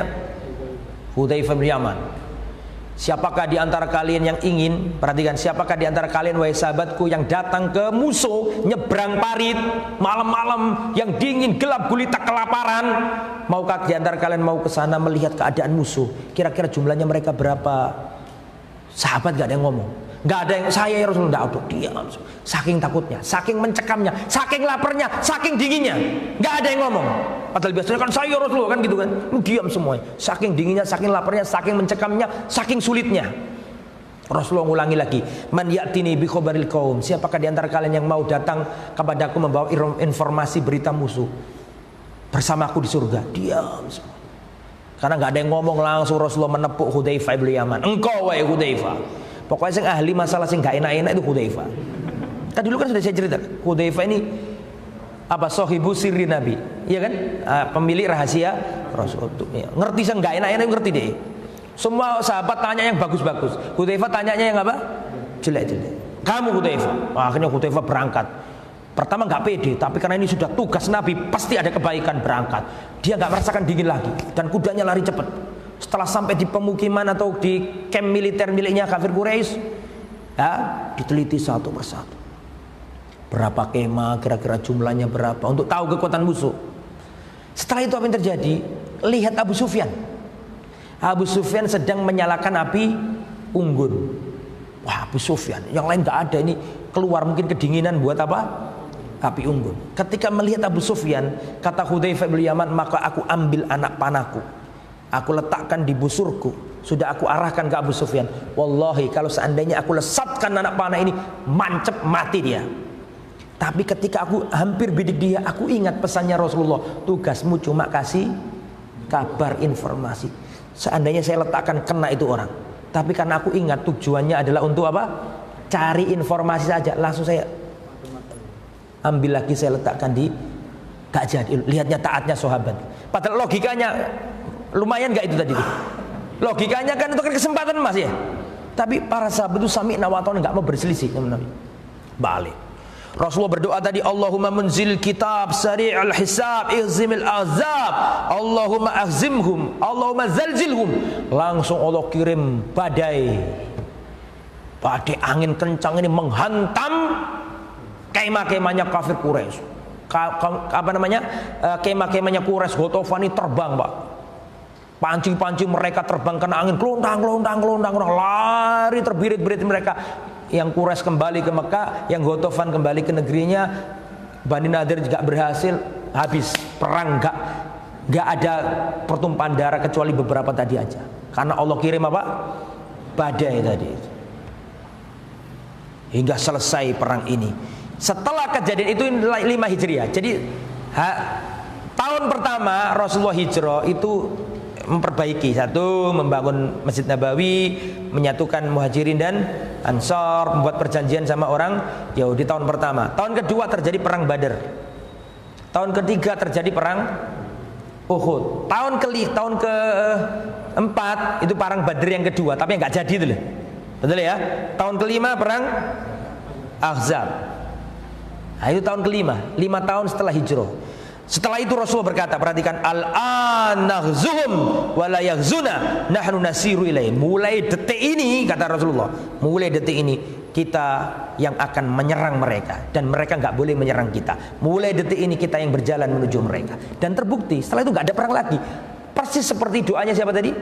Hudzaifah bin Yaman. Siapakah di antara kalian yang ingin, perhatikan, siapakah di antara kalian wahai sahabatku yang datang ke musuh nyebrang parit malam-malam yang dingin gelap gulita kelaparan, maukah di antara kalian mau ke sana melihat keadaan musuh? Kira-kira jumlahnya mereka berapa? Sahabat gak ada yang ngomong. Gak ada yang, saya ya Rasulullah, udah diam. Saking takutnya, saking mencekamnya, saking laparnya, saking dinginnya, gak ada yang ngomong. Padahal biasanya kan saya ya Rasulullah kan gitu kan, lu diam semua. Saking dinginnya, saking laparnya, saking mencekamnya, saking sulitnya. Rasulullah ngulangi lagi, man ya'tini bi khabaril qaum, siapakah di antara kalian yang mau datang kepadaku membawa informasi berita musuh bersamaku di surga? Diam semua. Karena gak ada yang ngomong, langsung Rasulullah menepuk Hudzaifah bin Yaman. Engkau wahai Hudzaifah, pokoknya yang ahli masalah yang gak enak-enak itu Hudzaifah. Kan dulu kan sudah saya cerita, Hudzaifah ini apa sahibu sirri Nabi, iya kan? Uh, pemilik rahasia Rasul. Ya. Ngerti sih enggak enak-enak ngerti deh. Semua sahabat tanya yang bagus-bagus. Hudzaifah tanyanya yang apa? Jelek-jelek. Kamu Hudzaifah. Wah, akhirnya Hudzaifah berangkat. Pertama nggak pede, tapi karena ini sudah tugas Nabi, pasti ada kebaikan, berangkat. Dia nggak merasakan dingin lagi dan kudanya lari cepat. Setelah sampai di pemukiman atau di camp militer miliknya kafir Quraisy, ya, diteliti satu persatu. Berapa kemah, kira-kira jumlahnya berapa, untuk tahu kekuatan musuh. Setelah itu apa yang terjadi? Lihat Abu Sufyan. Abu Sufyan sedang menyalakan api unggun. Wah, Abu Sufyan, yang lain nggak ada, ini keluar mungkin kedinginan buat apa? Api unggun. Ketika melihat Abu Sufyan, kata Hudzaifah bin Yaman, maka aku ambil anak panahku, aku letakkan di busurku, sudah aku arahkan ke Abu Sufyan. Wallahi, kalau seandainya aku lesatkan anak panah ini, mancep mati dia. Tapi ketika aku hampir bidik dia, aku ingat pesannya Rasulullah, tugasmu cuma kasih kabar, informasi. Seandainya saya letakkan, kena itu orang. Tapi karena aku ingat tujuannya adalah untuk apa? Cari informasi saja. Langsung saya ambil lagi, saya letakkan di, gak jadi. Lihatnya taatnya sahabat. Padahal logikanya lumayan gak itu tadi? Logikanya kan itu kan kesempatan emas ya. Tapi para sahabat itu sami'na wa ata'na, gak mau berselisih. Balik. Rasulullah berdoa tadi, Allahumma munzil kitab sari'al hisab ihzimil azab, Allahumma ahzimhum, Allahumma zalzilhum. Langsung Allah kirim badai, badai angin kencang ini menghantam kemah-kemahnya kafir Quraisy. Apa namanya, kemah-kemahnya Quraisy, Ghatafan ini terbang Pak. Pancing-pancing mereka terbang kena angin, kelontang, kelontang, kelontang, lari terbirit-birit mereka. Yang Quraisy kembali ke Mekah, yang Ghatafan kembali ke negerinya. Bani Nadir juga berhasil, habis perang, gak, gak ada pertumpahan darah kecuali beberapa tadi aja. Karena Allah kirim apa? Badai tadi. Hingga selesai perang ini. Setelah kejadian itu lima Hijriah. Jadi ha, tahun pertama Rasulullah hijrah itu memperbaiki, satu, membangun Masjid Nabawi, menyatukan Muhajirin dan Ansor, membuat perjanjian sama orang Yahudi tahun pertama. Tahun kedua terjadi perang Badar. Tahun ketiga terjadi perang Uhud. Tahun ke tahun keempat itu perang Badar yang kedua, tapi nggak jadi itu loh. Betul ya? Tahun kelima perang Ahzab. Nah, itu tahun kelima, lima tahun setelah hijrah. Setelah itu Rasulullah berkata, perhatikan, al-an naghzuhum wa la yaghzuna nahnu nasiru ilaihim. Mulai detik ini, kata Rasulullah, mulai detik ini kita yang akan menyerang mereka dan mereka nggak boleh menyerang kita. Mulai detik ini kita yang berjalan menuju mereka. Dan terbukti setelah itu nggak ada perang lagi. Persis seperti doanya siapa tadi?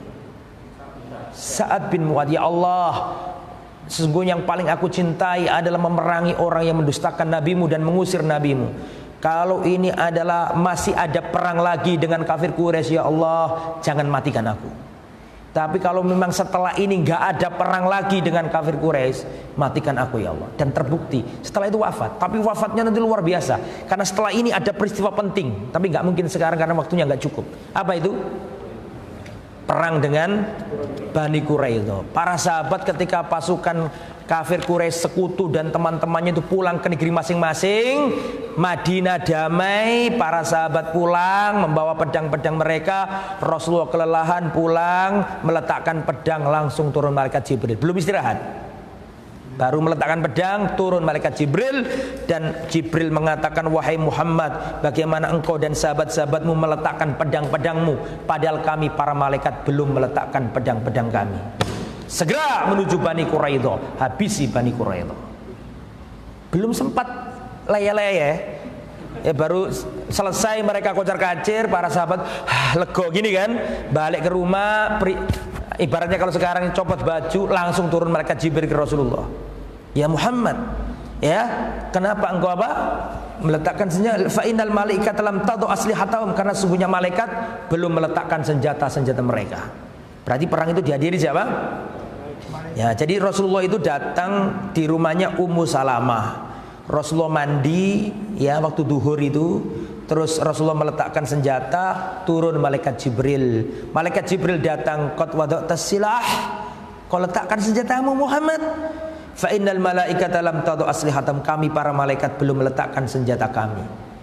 Sa'ad bin Mu'adz. Ya Allah, sesungguhnya yang paling aku cintai adalah memerangi orang yang mendustakan nabimu dan mengusir nabimu. Kalau ini adalah masih ada perang lagi dengan kafir Quraisy, ya Allah, jangan matikan aku. Tapi kalau memang setelah ini nggak ada perang lagi dengan kafir Quraisy, matikan aku ya Allah. Dan terbukti setelah itu wafat. Tapi wafatnya nanti luar biasa, karena setelah ini ada peristiwa penting. Tapi nggak mungkin sekarang karena waktunya nggak cukup. Apa itu? Perang dengan Bani Quraisy. Para sahabat ketika pasukan kafir Quraisy sekutu dan teman-temannya itu pulang ke negeri masing-masing, Madinah damai, para sahabat pulang membawa pedang-pedang mereka. Rasulullah kelelahan pulang, meletakkan pedang, langsung turun malaikat Jibril. Belum istirahat, baru meletakkan pedang, turun malaikat Jibril. Dan Jibril mengatakan, wahai Muhammad, bagaimana engkau dan sahabat-sahabatmu meletakkan pedang-pedangmu, padahal kami para malaikat belum meletakkan pedang-pedang kami. Segera menuju Bani Quraidah, habisi Bani Quraidah. Belum sempat leye-leye, ya baru selesai mereka kocar-kacir, para sahabat ah, lego gini kan, balik ke rumah. Pri, ibaratnya kalau sekarang copot baju, langsung turun malaikat Jibril ke Rasulullah. Ya Muhammad, ya kenapa engkau apa meletakkan senjata? Fa innal malaikata lam tadu aslihatahum, karena sungguhnya malaikat belum meletakkan senjata-senjata mereka. Berarti perang itu dihadiri siapa? Ya, jadi Rasulullah itu datang di rumahnya Ummu Salamah. Rasulullah mandi ya waktu duhur itu, terus Rasulullah meletakkan senjata, turun malaikat Jibril. Malaikat Jibril datang, qad wada'tas silah, kau letakkan senjatamu Muhammad. Fa innal malaikata lam tadu aslihatam, kami para malaikat belum meletakkan senjata kami.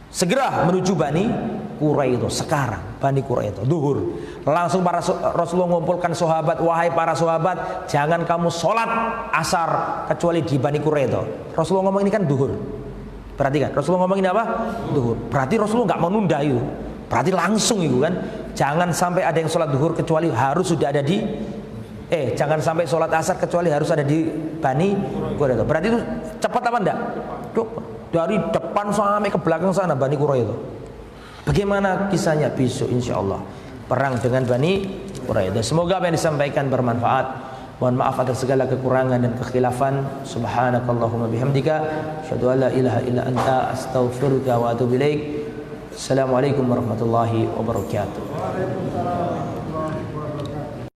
segera menuju Bani Quraidah sekarang. Bani Quraidah duhur. Langsung para Rasulullah mengumpulkan sahabat, wahai para sahabat, jangan kamu sholat asar kecuali di Bani Quraidah. Rasulullah ngomong ini kan duhur. Perhatikan, Rasulullah ngomong ini apa? Duhur. Berarti Rasulullah nggak mau nunda itu. Berarti langsung itu kan. Jangan sampai ada yang sholat duhur kecuali harus sudah ada di eh jangan sampai sholat asar kecuali harus ada di Bani Quraidah. Berarti itu cepat apa enggak? Dari depan sampai ke belakang sana Bani Quraidah. Bagaimana kisahnya besok insya Allah perang dengan Bani Quraidah. Semoga apa yang disampaikan bermanfaat. Mohon maaf atas segala kekurangan dan kekhilafan. Subhanakallahumma bihamdika asyhadu an la ilaha illa anta astaghfiruka wa atubu ilaik. Assalamualaikum warahmatullahi wabarakatuh.